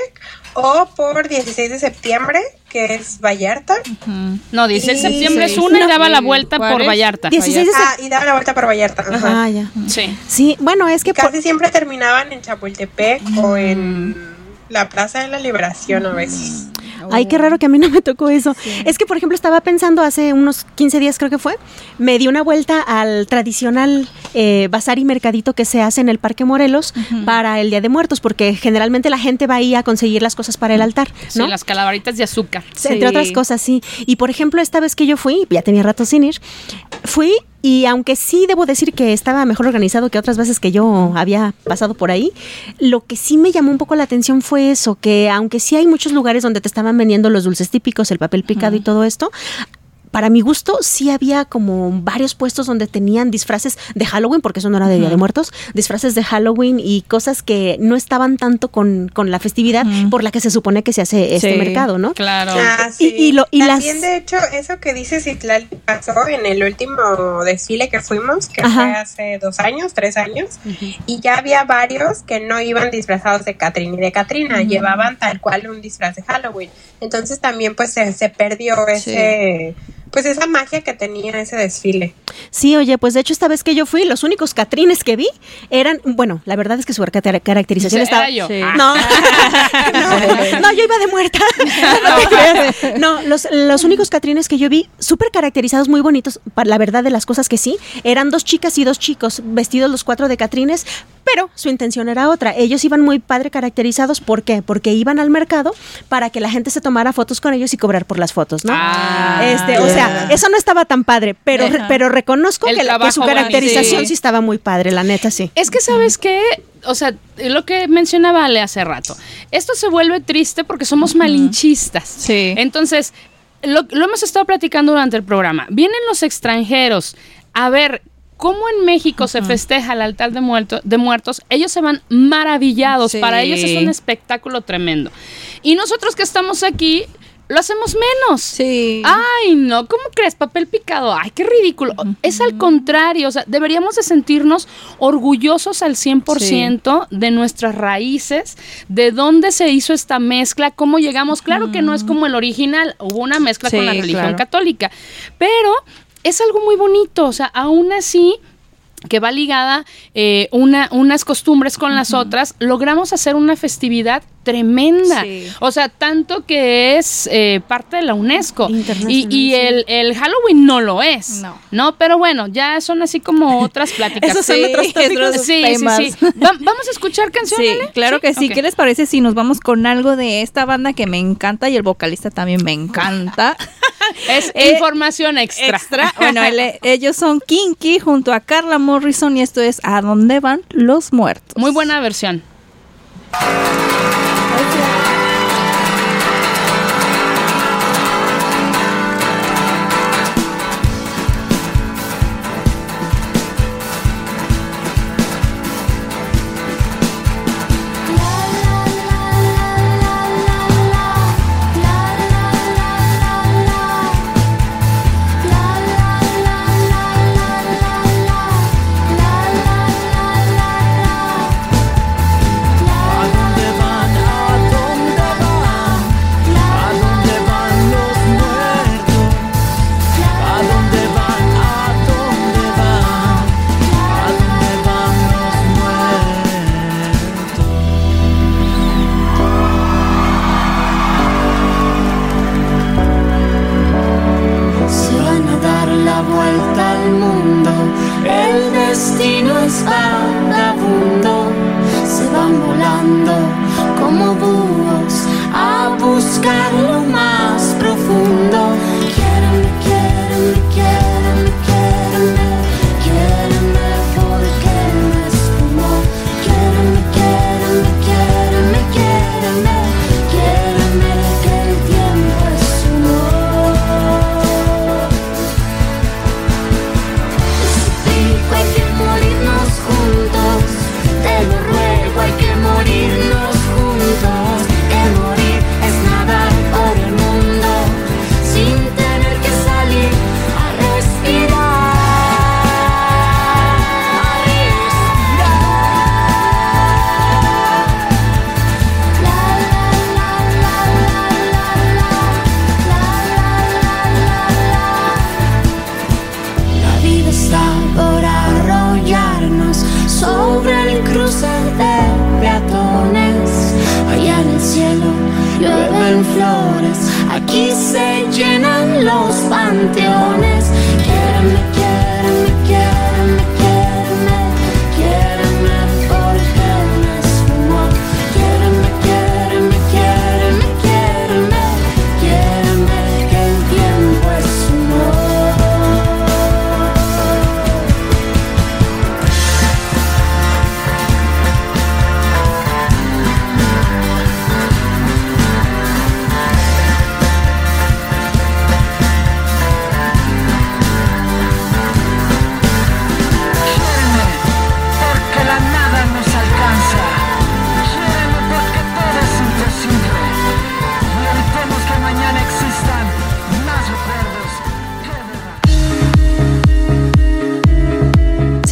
o por 16 de septiembre, que es Vallarta. No, 16 de septiembre es una y daba la vuelta por Vallarta. 16 y daba la vuelta por Vallarta. Ya. Sí, bueno, es que casi siempre terminaban en Chapultepec o en la Plaza de la Liberación a veces. Ay, qué raro que a mí no me tocó eso. Es que, por ejemplo, estaba pensando hace unos 15 días, creo que fue, me di una vuelta al tradicional bazar y mercadito que se hace en el Parque Morelos para el Día de Muertos, porque generalmente la gente va ahí a conseguir las cosas para el altar, ¿no? Sí, las calaveritas de azúcar. Entre otras cosas, sí. Y, por ejemplo, esta vez que yo fui, ya tenía rato sin ir, fui. Y aunque sí debo decir que estaba mejor organizado que otras veces que yo había pasado por ahí, lo que sí me llamó un poco la atención fue eso, que aunque sí hay muchos lugares donde te estaban vendiendo los dulces típicos, el papel picado y todo esto, para mi gusto sí había como varios puestos donde tenían disfraces de Halloween, porque eso no era de Día de Muertos, disfraces de Halloween y cosas que no estaban tanto con la festividad por la que se supone que se hace este mercado, ¿no? Claro. Sí. También, de hecho, eso que dices, Citlali, pasó en el último desfile que fuimos, que fue hace 2 años, 3 años, y ya había varios que no iban disfrazados de Catrín y de Catrina, llevaban tal cual un disfraz de Halloween. Entonces también pues se perdió ese pues esa magia que tenía ese desfile. Sí, oye, pues de hecho esta vez que yo fui, los únicos catrines que vi eran, bueno, la verdad es que su caracterización estaba... Yo. Sí. No, yo iba de muerta. No te creas. No, los únicos catrines que yo vi, súper caracterizados, muy bonitos, la verdad de las cosas que sí, eran 2 chicas y 2 chicos, vestidos los 4 de catrines, pero su intención era otra. Ellos iban muy padre caracterizados, ¿por qué? Porque iban al mercado para que la gente se tomara fotos con ellos y cobrar por las fotos, ¿no? O sea, eso no estaba tan padre, pero reconozco que su caracterización sí estaba muy padre, la neta, sí. Es que, ¿sabes qué? O sea, lo que mencionaba Ale hace rato, esto se vuelve triste porque somos malinchistas. Sí. Entonces, lo hemos estado platicando durante el programa. Vienen los extranjeros a ver cómo en México se festeja el altar de muertos. Ellos se van maravillados. Sí. Para ellos es un espectáculo tremendo. Y nosotros que estamos aquí lo hacemos menos. Sí. Ay, no, ¿cómo crees? Papel picado. Ay, qué ridículo. Es al contrario, o sea, deberíamos de sentirnos orgullosos al 100% de nuestras raíces, de dónde se hizo esta mezcla, cómo llegamos. Claro que no es como el original, hubo una mezcla con la religión católica, pero es algo muy bonito, o sea, aún así que va ligada unas costumbres con las otras, logramos hacer una festividad tremenda. Sí. O sea, tanto que es parte de la UNESCO. Y el Halloween no lo es. No, pero bueno, ya son así como otras pláticas. Esos son otros tópicos. Temas. Sí. ¿Vamos a escuchar canciones? Sí, claro que sí. Okay. ¿Qué les parece si nos vamos con algo de esta banda que me encanta y el vocalista también me encanta? Es información extra. Bueno, ellos son Kinky junto a Carla Morrison y esto es ¿A dónde van los muertos? Muy buena versión.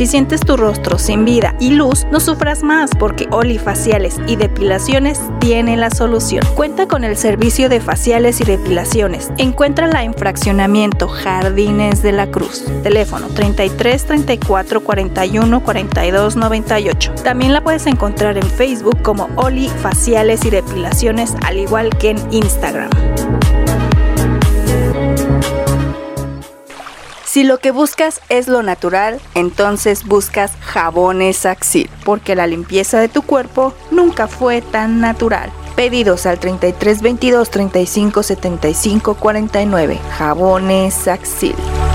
Si sientes tu rostro sin vida y luz, no sufras más, porque Oli Faciales y Depilaciones tiene la solución. Cuenta con el servicio de faciales y depilaciones. Encuéntrala en Fraccionamiento Jardines de la Cruz. Teléfono 33 34 41 42 98. También la puedes encontrar en Facebook como Oli Faciales y Depilaciones, al igual que en Instagram. Si lo que buscas es lo natural, entonces buscas Jabones Axil, porque la limpieza de tu cuerpo nunca fue tan natural. Pedidos al 33 22 35 75 49. Jabones Axil.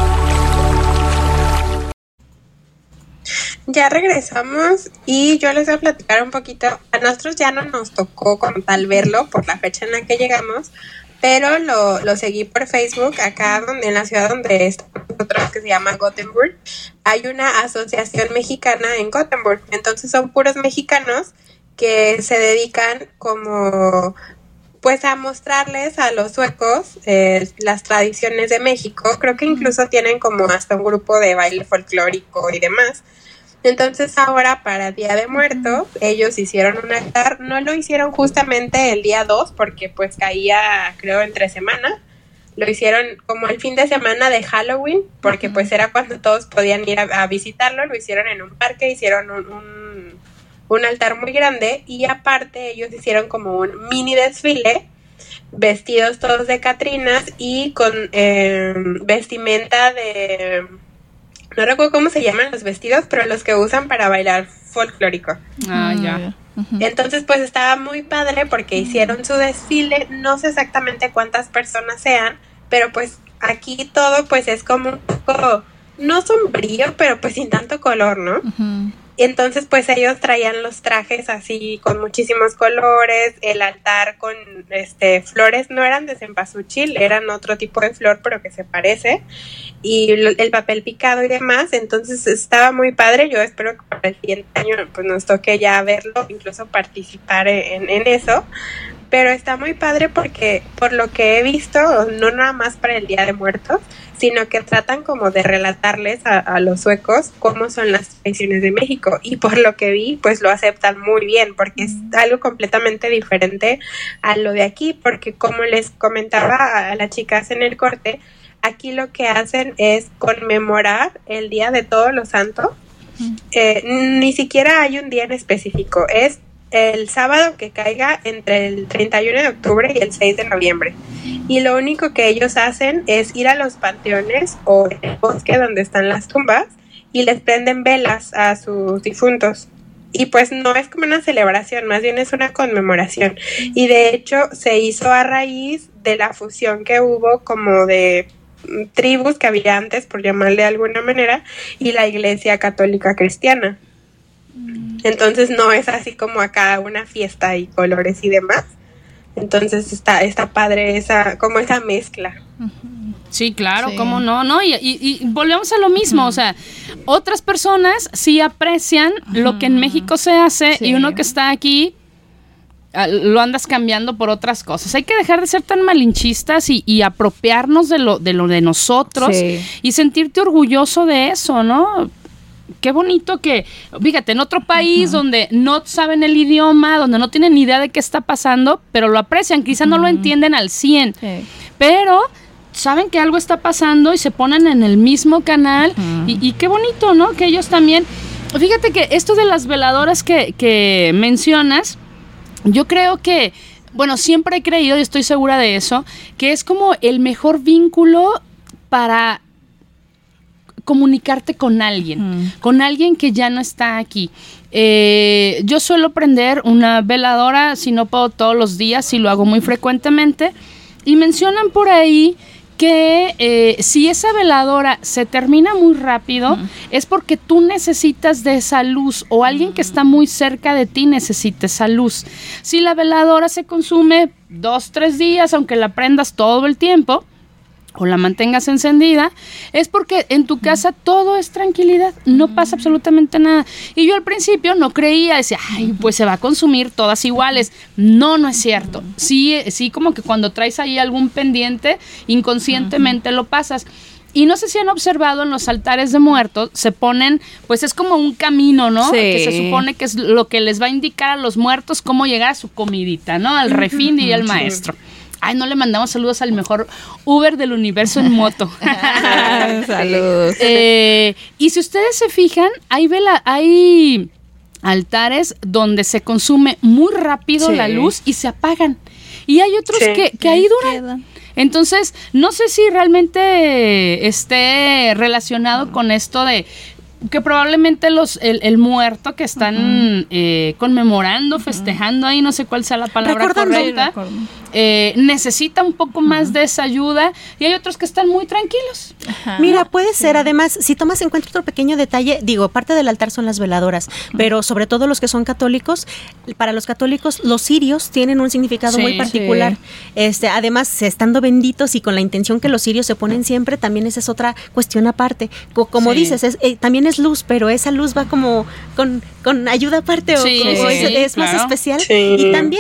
Ya regresamos y yo les voy a platicar un poquito. A nosotros ya no nos tocó como tal verlo por la fecha en la que llegamos, pero lo seguí por Facebook. Acá en la ciudad donde estamos nosotros, que se llama Gothenburg, hay una asociación mexicana en Gothenburg. Entonces son puros mexicanos que se dedican como pues a mostrarles a los suecos las tradiciones de México. Creo que incluso tienen como hasta un grupo de baile folclórico y demás. Entonces ahora para Día de Muertos ellos hicieron un altar. No lo hicieron justamente el día 2 porque pues caía creo entre semana. Lo hicieron como el fin de semana de Halloween porque pues era cuando todos podían ir a visitarlo. Lo hicieron en un parque, hicieron un altar muy grande y aparte ellos hicieron como un mini desfile vestidos todos de catrinas y con vestimenta de... No recuerdo cómo se llaman los vestidos, pero los que usan para bailar folclórico. Ya. Entonces, pues estaba muy padre porque hicieron su desfile. No sé exactamente cuántas personas sean, pero pues aquí todo pues es como un poco, no sombrío, pero pues sin tanto color, ¿no? Entonces, pues ellos traían los trajes así con muchísimos colores, el altar con flores, no eran de cempasúchil, eran otro tipo de flor, pero que se parece, y el papel picado y demás. Entonces estaba muy padre. Yo espero que para el siguiente año pues nos toque ya verlo, incluso participar en eso. Pero está muy padre porque por lo que he visto, no nada más para el Día de Muertos, sino que tratan como de relatarles a los suecos cómo son las tradiciones de México. Y por lo que vi, pues lo aceptan muy bien, porque es algo completamente diferente a lo de aquí, porque como les comentaba a las chicas en el corte, aquí lo que hacen es conmemorar el Día de Todos los Santos. Ni siquiera hay un día en específico, es el sábado que caiga entre el 31 de octubre y el 6 de noviembre. Y lo único que ellos hacen es ir a los panteones o en el bosque donde están las tumbas y les prenden velas a sus difuntos. Y pues no es como una celebración, más bien es una conmemoración. Y de hecho se hizo a raíz de la fusión que hubo como de tribus que había antes, por llamarle de alguna manera, y la Iglesia Católica Cristiana. Entonces no es así como acá una fiesta y colores y demás. Entonces está padre esa mezcla. Sí, claro, sí. ¿Cómo no? Y volvemos a lo mismo, o sea, otras personas sí aprecian lo que en México se hace, sí. Y uno que está aquí lo andas cambiando por otras cosas. Hay que dejar de ser tan malinchistas y apropiarnos de lo de nosotros, sí. Y sentirte orgulloso de eso, ¿no? Qué bonito que, fíjate, en otro país donde no saben el idioma, donde no tienen ni idea de qué está pasando, pero lo aprecian, quizá no lo entienden al 100, sí. Pero saben que algo está pasando y se ponen en el mismo canal, y qué bonito, ¿no? Que ellos también, fíjate que esto de las veladoras que mencionas, yo creo que, bueno, siempre he creído y estoy segura de eso, que es como el mejor vínculo para comunicarte con alguien que ya no está aquí. Yo suelo prender una veladora, si no puedo todos los días, si lo hago muy frecuentemente, y mencionan por ahí que si esa veladora se termina muy rápido, es porque tú necesitas de esa luz, o alguien que está muy cerca de ti necesita esa luz. Si la veladora se consume 2-3 días, aunque la prendas todo el tiempo, o la mantengas encendida, es porque en tu casa todo es tranquilidad, no pasa absolutamente nada. Y yo al principio no creía, decía, ay, pues se va a consumir todas iguales. No es cierto. Sí, como que cuando traes ahí algún pendiente, inconscientemente lo pasas. Y no sé si han observado en los altares de muertos, se ponen, pues es como un camino, ¿no? Sí. Que se supone que es lo que les va a indicar a los muertos cómo llegar a su comidita, ¿no? Al refín, diría el maestro. Ay, no le mandamos saludos al mejor Uber del universo en moto. Saludos. Y si ustedes se fijan, hay altares donde se consume muy rápido la luz y se apagan. Y hay otros que ahí duran. Entonces, no sé si realmente esté relacionado con esto de que probablemente el muerto que están conmemorando, festejando ahí, no sé cuál sea la palabra correcta, necesita un poco más de esa ayuda, y hay otros que están muy tranquilos. Mira, puede ser, además, si tomas en cuenta otro pequeño detalle, parte del altar son las veladoras, pero sobre todo los que son católicos, para los católicos los cirios tienen un significado muy particular. Además, estando benditos y con la intención que los cirios se ponen siempre, también esa es otra cuestión aparte. Como dices, también es luz, pero esa luz va como con ayuda aparte, es más especial. Y también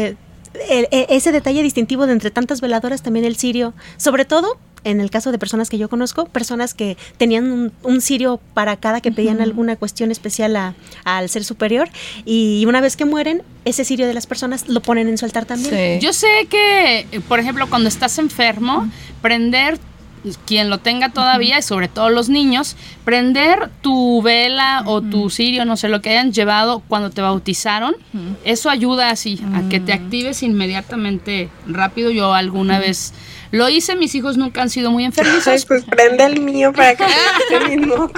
ese detalle distintivo de entre tantas veladoras, también el cirio, sobre todo en el caso de personas que yo conozco, personas que tenían un cirio para cada que pedían alguna cuestión especial al ser superior, y una vez que mueren, ese cirio de las personas lo ponen en su altar también. Yo sé que, por ejemplo, cuando estás enfermo, prender, quien lo tenga todavía, y sobre todo los niños, prender tu vela o tu cirio, no sé, lo que hayan llevado cuando te bautizaron, eso ayuda así, a que te actives inmediatamente rápido. Yo alguna vez lo hice, mis hijos nunca han sido muy enfermizos. Ay, pues prende el mío para que esté mi moco.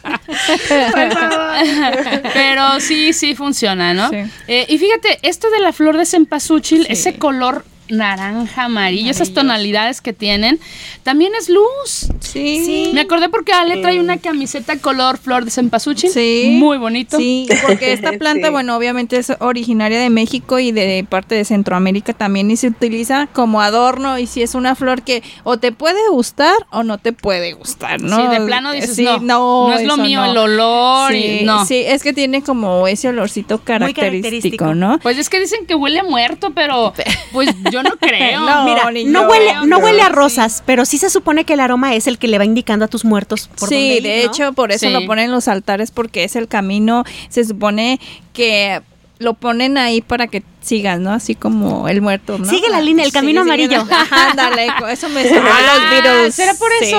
Por favor. Pero sí funciona, ¿no? Y fíjate, esto de la flor de cempasúchil, ese color naranja, amarillo, esas tonalidades que tienen, también es luz. Sí. Me acordé porque Ale trae una camiseta color flor de cempasúchil. Sí. Muy bonito. Sí, porque esta planta, bueno, obviamente es originaria de México y de parte de Centroamérica también, y se utiliza como adorno, y si es una flor que o te puede gustar o no te puede gustar, ¿no? Sí, de plano dices, no es lo mío, el olor. Sí, es que tiene como ese olorcito característico, ¿no? Pues es que dicen que huele muerto, pero pues yo no creo. No huele a rosas, pero sí se supone que el aroma es el que le va indicando a tus muertos por dónde ir, de hecho, por eso lo ponen en los altares, porque es el camino, se supone que lo ponen ahí para que sigas, ¿no? Así como el muerto, ¿no? Sigue la línea, el camino amarillo. Ándale, eso me sonó los Beatles. ¿Será por eso?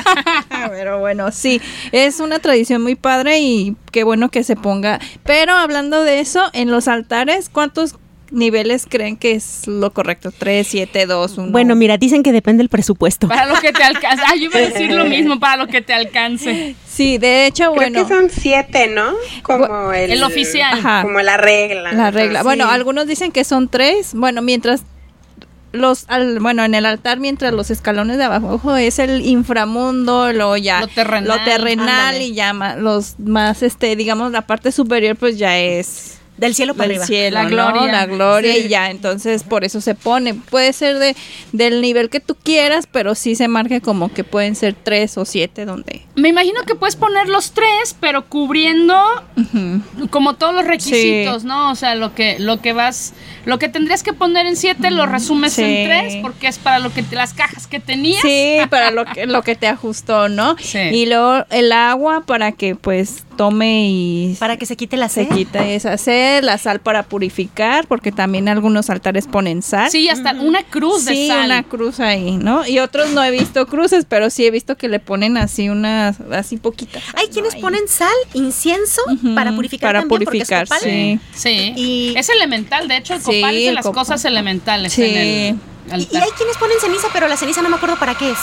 Pero bueno, sí, es una tradición muy padre y qué bueno que se ponga. Pero hablando de eso, en los altares, ¿cuántos niveles creen que es lo correcto? 3, 7, 2, 1. Bueno, mira, dicen que depende del presupuesto. Para lo que te alcance. Yo iba a decir lo mismo, para lo que te alcance. Sí, de hecho, creo que son 7, ¿no? Como el oficial. Ajá. Como la regla. La regla. Bueno, algunos dicen que son 3. Bueno, mientras en el altar, mientras los escalones de abajo es el inframundo, lo terrenal y ya los más, digamos, la parte superior pues ya es del cielo para arriba. Cielo, la gloria y ya, entonces por eso se pone. Puede ser del nivel que tú quieras, pero sí se marca como que pueden ser 3 o 7 donde. Me imagino que puedes poner los 3, pero cubriendo como todos los requisitos, ¿no? O sea, lo que tendrías que poner en 7 lo resumes en 3, porque es para las cajas que tenías. Sí, para lo que te ajustó, ¿no? Sí. Y luego el agua para que pues tome y para que se quite la sed. Se quita esa sed, la sal para purificar, porque también algunos altares ponen sal. Sí, hasta una cruz de sal. Sí, una cruz ahí, ¿no? Y otros no he visto cruces, pero sí he visto que le ponen así así poquitas. Hay quienes ponen sal, incienso para purificar también, porque es copal. Sí. Y es elemental, de hecho el copal es de las cosas elementales en el altar. Y hay quienes ponen ceniza, pero la ceniza no me acuerdo para qué es.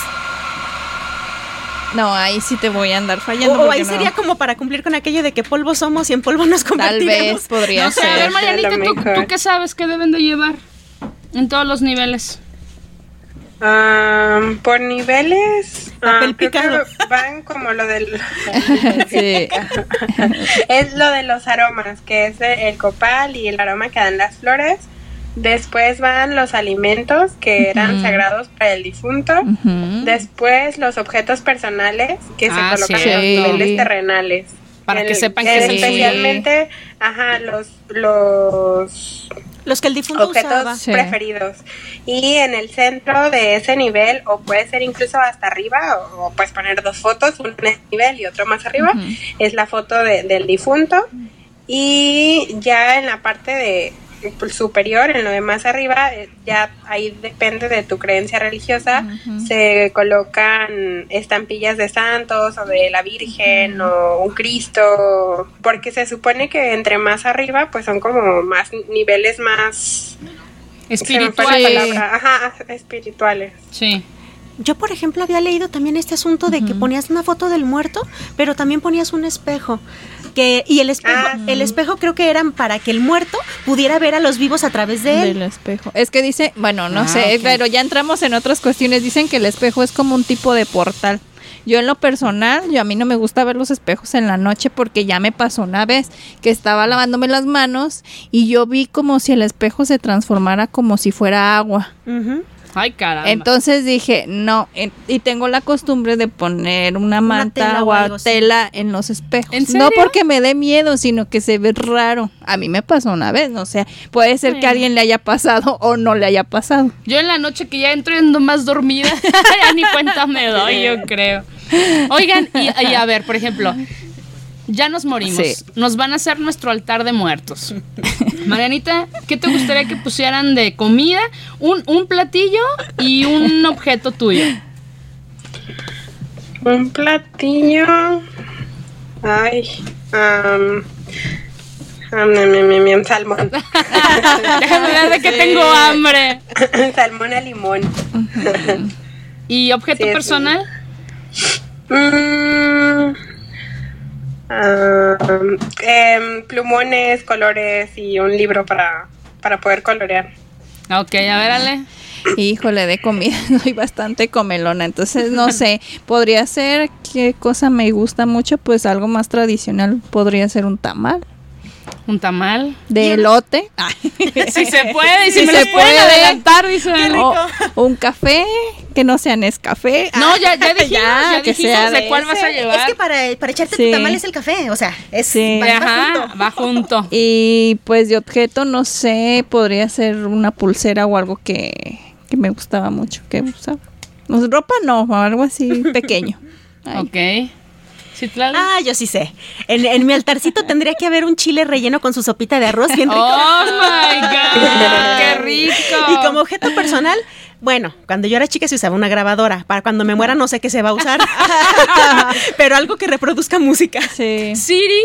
No, ahí sí te voy a andar fallando. O ahí sería como para cumplir con aquello de que polvo somos y en polvo nos convertiremos. Tal vez podría ser. A ver, Marianita, ¿tú qué sabes que deben de llevar en todos los niveles? Por niveles, papel picado. Van como lo del es lo de los aromas, que es el copal y el aroma que dan las flores. Después van los alimentos que eran sagrados para el difunto. Después los objetos personales que se colocan en los niveles terrenales. Para que sepan que es especialmente, los Los que el difunto objetos usaba. preferidos. Y en el centro de ese nivel, o puede ser incluso hasta arriba, o puedes poner 2 fotos, uno en ese nivel y otro más arriba, es la foto del difunto. Y ya en la parte de superior, en lo de más arriba, ya ahí depende de tu creencia religiosa, se colocan estampillas de santos o de la Virgen o un Cristo, porque se supone que entre más arriba pues son como más niveles más espirituales. Espirituales. Sí. Yo, por ejemplo, había leído también este asunto de que ponías una foto del muerto, pero también ponías un espejo. Y el espejo creo que eran para que el muerto pudiera ver a los vivos a través de él. Del espejo. Es que dice, bueno, no sé, pero ya entramos en otras cuestiones. Dicen que el espejo es como un tipo de portal. Yo en lo personal, a mí no me gusta ver los espejos en la noche porque ya me pasó una vez que estaba lavándome las manos y yo vi como si el espejo se transformara como si fuera agua. Ay, caramba. Entonces dije, no, y tengo la costumbre de poner una manta o tela en los espejos. ¿En serio? No porque me dé miedo, sino que se ve raro. A mí me pasó una vez, no sé, puede ser que a alguien le haya pasado o no le haya pasado. Yo en la noche que ya entro yendo más dormida, ya ni cuenta me doy, yo creo. Oigan, y a ver, por ejemplo, ya nos morimos, nos van a hacer nuestro altar de muertos. Marianita, ¿qué te gustaría que pusieran de comida? Un platillo y un objeto tuyo. Un platillo. Ay. Salmón. Déjame ver de que tengo hambre. Salmón a limón. ¿Y objeto personal? Plumones, colores y un libro para poder colorear. Ok, a ver, Ale. Híjole, de comida soy bastante comelona, entonces no sé, podría ser, ¿qué cosa me gusta mucho? Pues algo más tradicional, podría ser un tamal. ¿Un tamal? ¿De elote? Si se puede, y si me lo pueden adelantar, dice. O un café, que no sea Nescafé. No, ya dijimos, ya dijimos de cuál vas a llevar. Es que para echarte tu tamal es el café, o sea, va junto. Y pues de objeto, no sé, podría ser una pulsera o algo que me gustaba mucho, que usaba. No, ropa no, algo así pequeño. Ay. Ok. ¿Citlali? Yo sí sé. En mi altarcito tendría que haber un chile relleno con su sopita de arroz bien rico. ¡Oh, my God! ¡Qué rico! Y como objeto personal, bueno, cuando yo era chica se usaba una grabadora. Para cuando me muera no sé qué se va a usar. Pero algo que reproduzca música. Sí. Siri.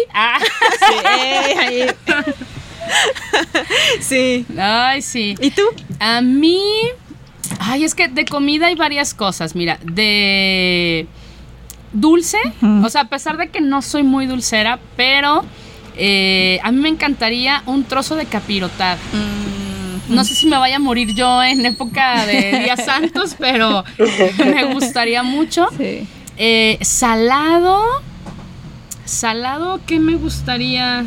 Sí. Ay, sí. ¿Y tú? A mí... Ay, es que de comida hay varias cosas. Mira, de... dulce, o sea, a pesar de que no soy muy dulcera, pero a mí me encantaría un trozo de capirotada. No sé si me vaya a morir yo en época de Días Santos, pero me gustaría mucho. Sí. Salado, ¿qué me gustaría?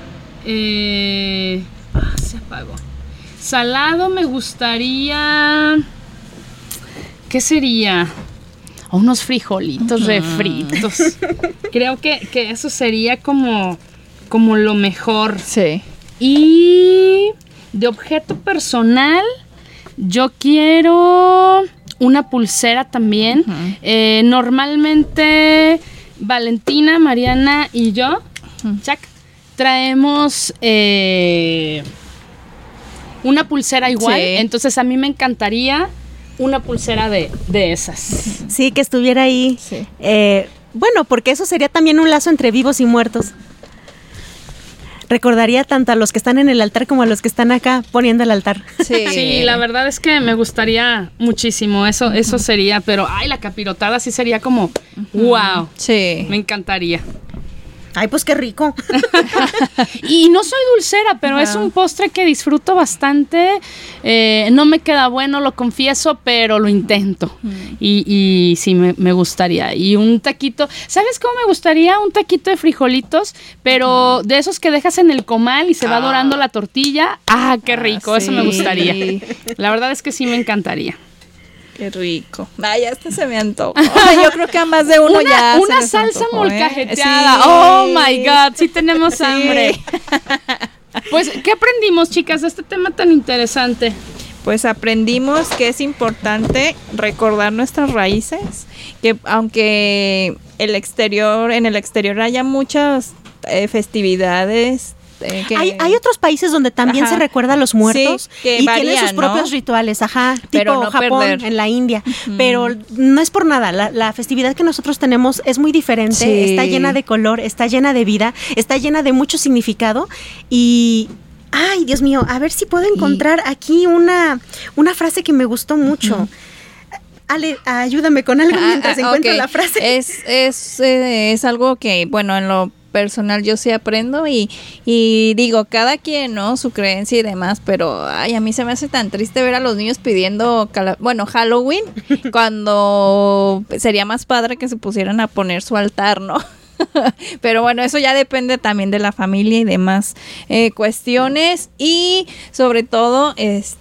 Se apagó. Salado me gustaría... ¿Qué sería? Unos frijolitos refritos. Creo que eso sería como lo mejor. Sí. Y de objeto personal, yo quiero una pulsera también. Normalmente Valentina, Mariana y yo, traemos una pulsera igual. Sí. Entonces a mí me encantaría una pulsera de esas. Sí, que estuviera ahí. Sí. Bueno, porque eso sería también un lazo entre vivos y muertos. Recordaría tanto a los que están en el altar como a los que están acá poniendo el altar. Sí, la verdad es que me gustaría muchísimo. Eso sería, pero la capirotada sí sería como wow. Sí. Me encantaría. Ay, pues qué rico. Y no soy dulcera, pero es un postre que disfruto bastante. No me queda bueno, lo confieso, pero lo intento. Y sí, me gustaría. Y un taquito, ¿sabes cómo me gustaría? Un taquito de frijolitos, pero de esos que dejas en el comal y se va dorando la tortilla. Qué rico, eso me gustaría. La verdad es que sí me encantaría. Qué rico. Ay, hasta se me antojó. Yo creo que a más de uno ya una se salsa antojó, molcajeteada. Sí. Oh my God, sí tenemos hambre. Pues, ¿qué aprendimos, chicas, de este tema tan interesante? Pues aprendimos que es importante recordar nuestras raíces, que aunque en el exterior haya muchas festividades. Hay otros países donde también se recuerda a los muertos, sí, y varían, tienen sus propios rituales, pero tipo no Japón, perder. En la India, pero no es por nada, la festividad que nosotros tenemos es muy diferente, sí. Está llena de color, está llena de vida, está llena de mucho significado y... Ay, Dios mío, a ver si puedo encontrar aquí una frase que me gustó mucho. Ale, ayúdame con algo mientras encuentro la frase. Es algo que, bueno, en lo personal yo sí aprendo y digo, cada quien, ¿no? Su creencia y demás, pero ay, a mí se me hace tan triste ver a los niños pidiendo, Halloween, cuando sería más padre que se pusieran a poner su altar, ¿no? Pero bueno, eso ya depende también de la familia y demás cuestiones y sobre todo,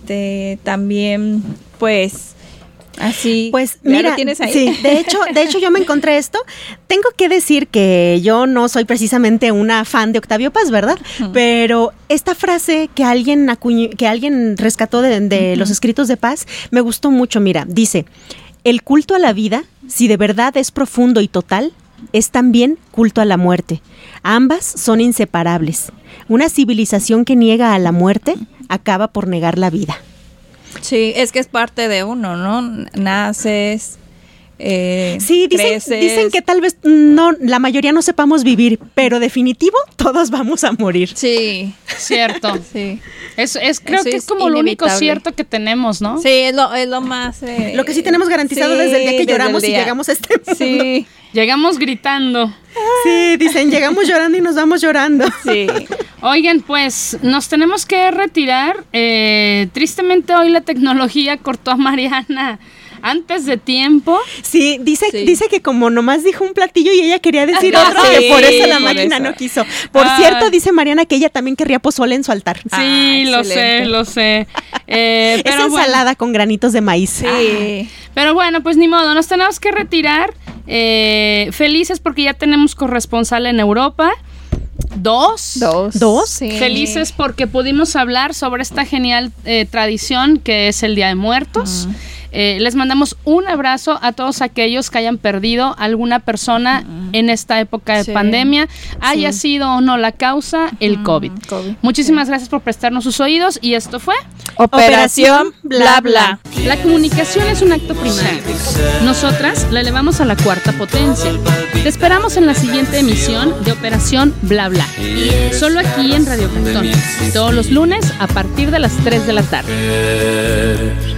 también, pues... Así, pues mira, lo tienes ahí. Sí, de hecho yo me encontré esto. Tengo que decir que yo no soy precisamente una fan de Octavio Paz, ¿verdad? Pero esta frase que alguien rescató de los escritos de Paz me gustó mucho. Mira, dice: el culto a la vida, si de verdad es profundo y total, es también culto a la muerte. Ambas son inseparables. Una civilización que niega a la muerte acaba por negar la vida. Sí, es que es parte de uno, ¿no? Naces, sí, dicen que tal vez no, la mayoría no sepamos vivir, pero definitivo, todos vamos a morir. Sí, cierto. Sí. Creo que es como lo único cierto que tenemos, ¿no? Sí, es lo más... lo que sí tenemos garantizado desde el día que lloramos y llegamos a este mundo. Sí. Llegamos gritando. Sí, dicen, llegamos llorando y nos vamos llorando. Sí. Oigan, pues nos tenemos que retirar. Tristemente hoy la tecnología cortó a Mariana antes de tiempo. Sí, dice que como nomás dijo un platillo y ella quería decir otro, que por eso la máquina no quiso. Por cierto, dice Mariana que ella también querría pozole en su altar. Sí, lo sé. Es ensalada con granitos de maíz. Sí. Pero bueno, pues ni modo, nos tenemos que retirar. Felices porque ya tenemos corresponsal en Europa. Dos. Sí. Felices porque pudimos hablar sobre esta genial tradición que es el Día de Muertos. Les mandamos un abrazo a todos aquellos que hayan perdido alguna persona en esta época de pandemia, haya sido o no la causa, el COVID. Muchísimas gracias por prestarnos sus oídos y esto fue Operación Bla Bla. La comunicación es un acto primario. Nosotras la elevamos a la cuarta potencia. Te esperamos en la siguiente emisión de Operación Bla Bla. Solo aquí en Radio Cantón. Todos los lunes a partir de las 3 de la tarde.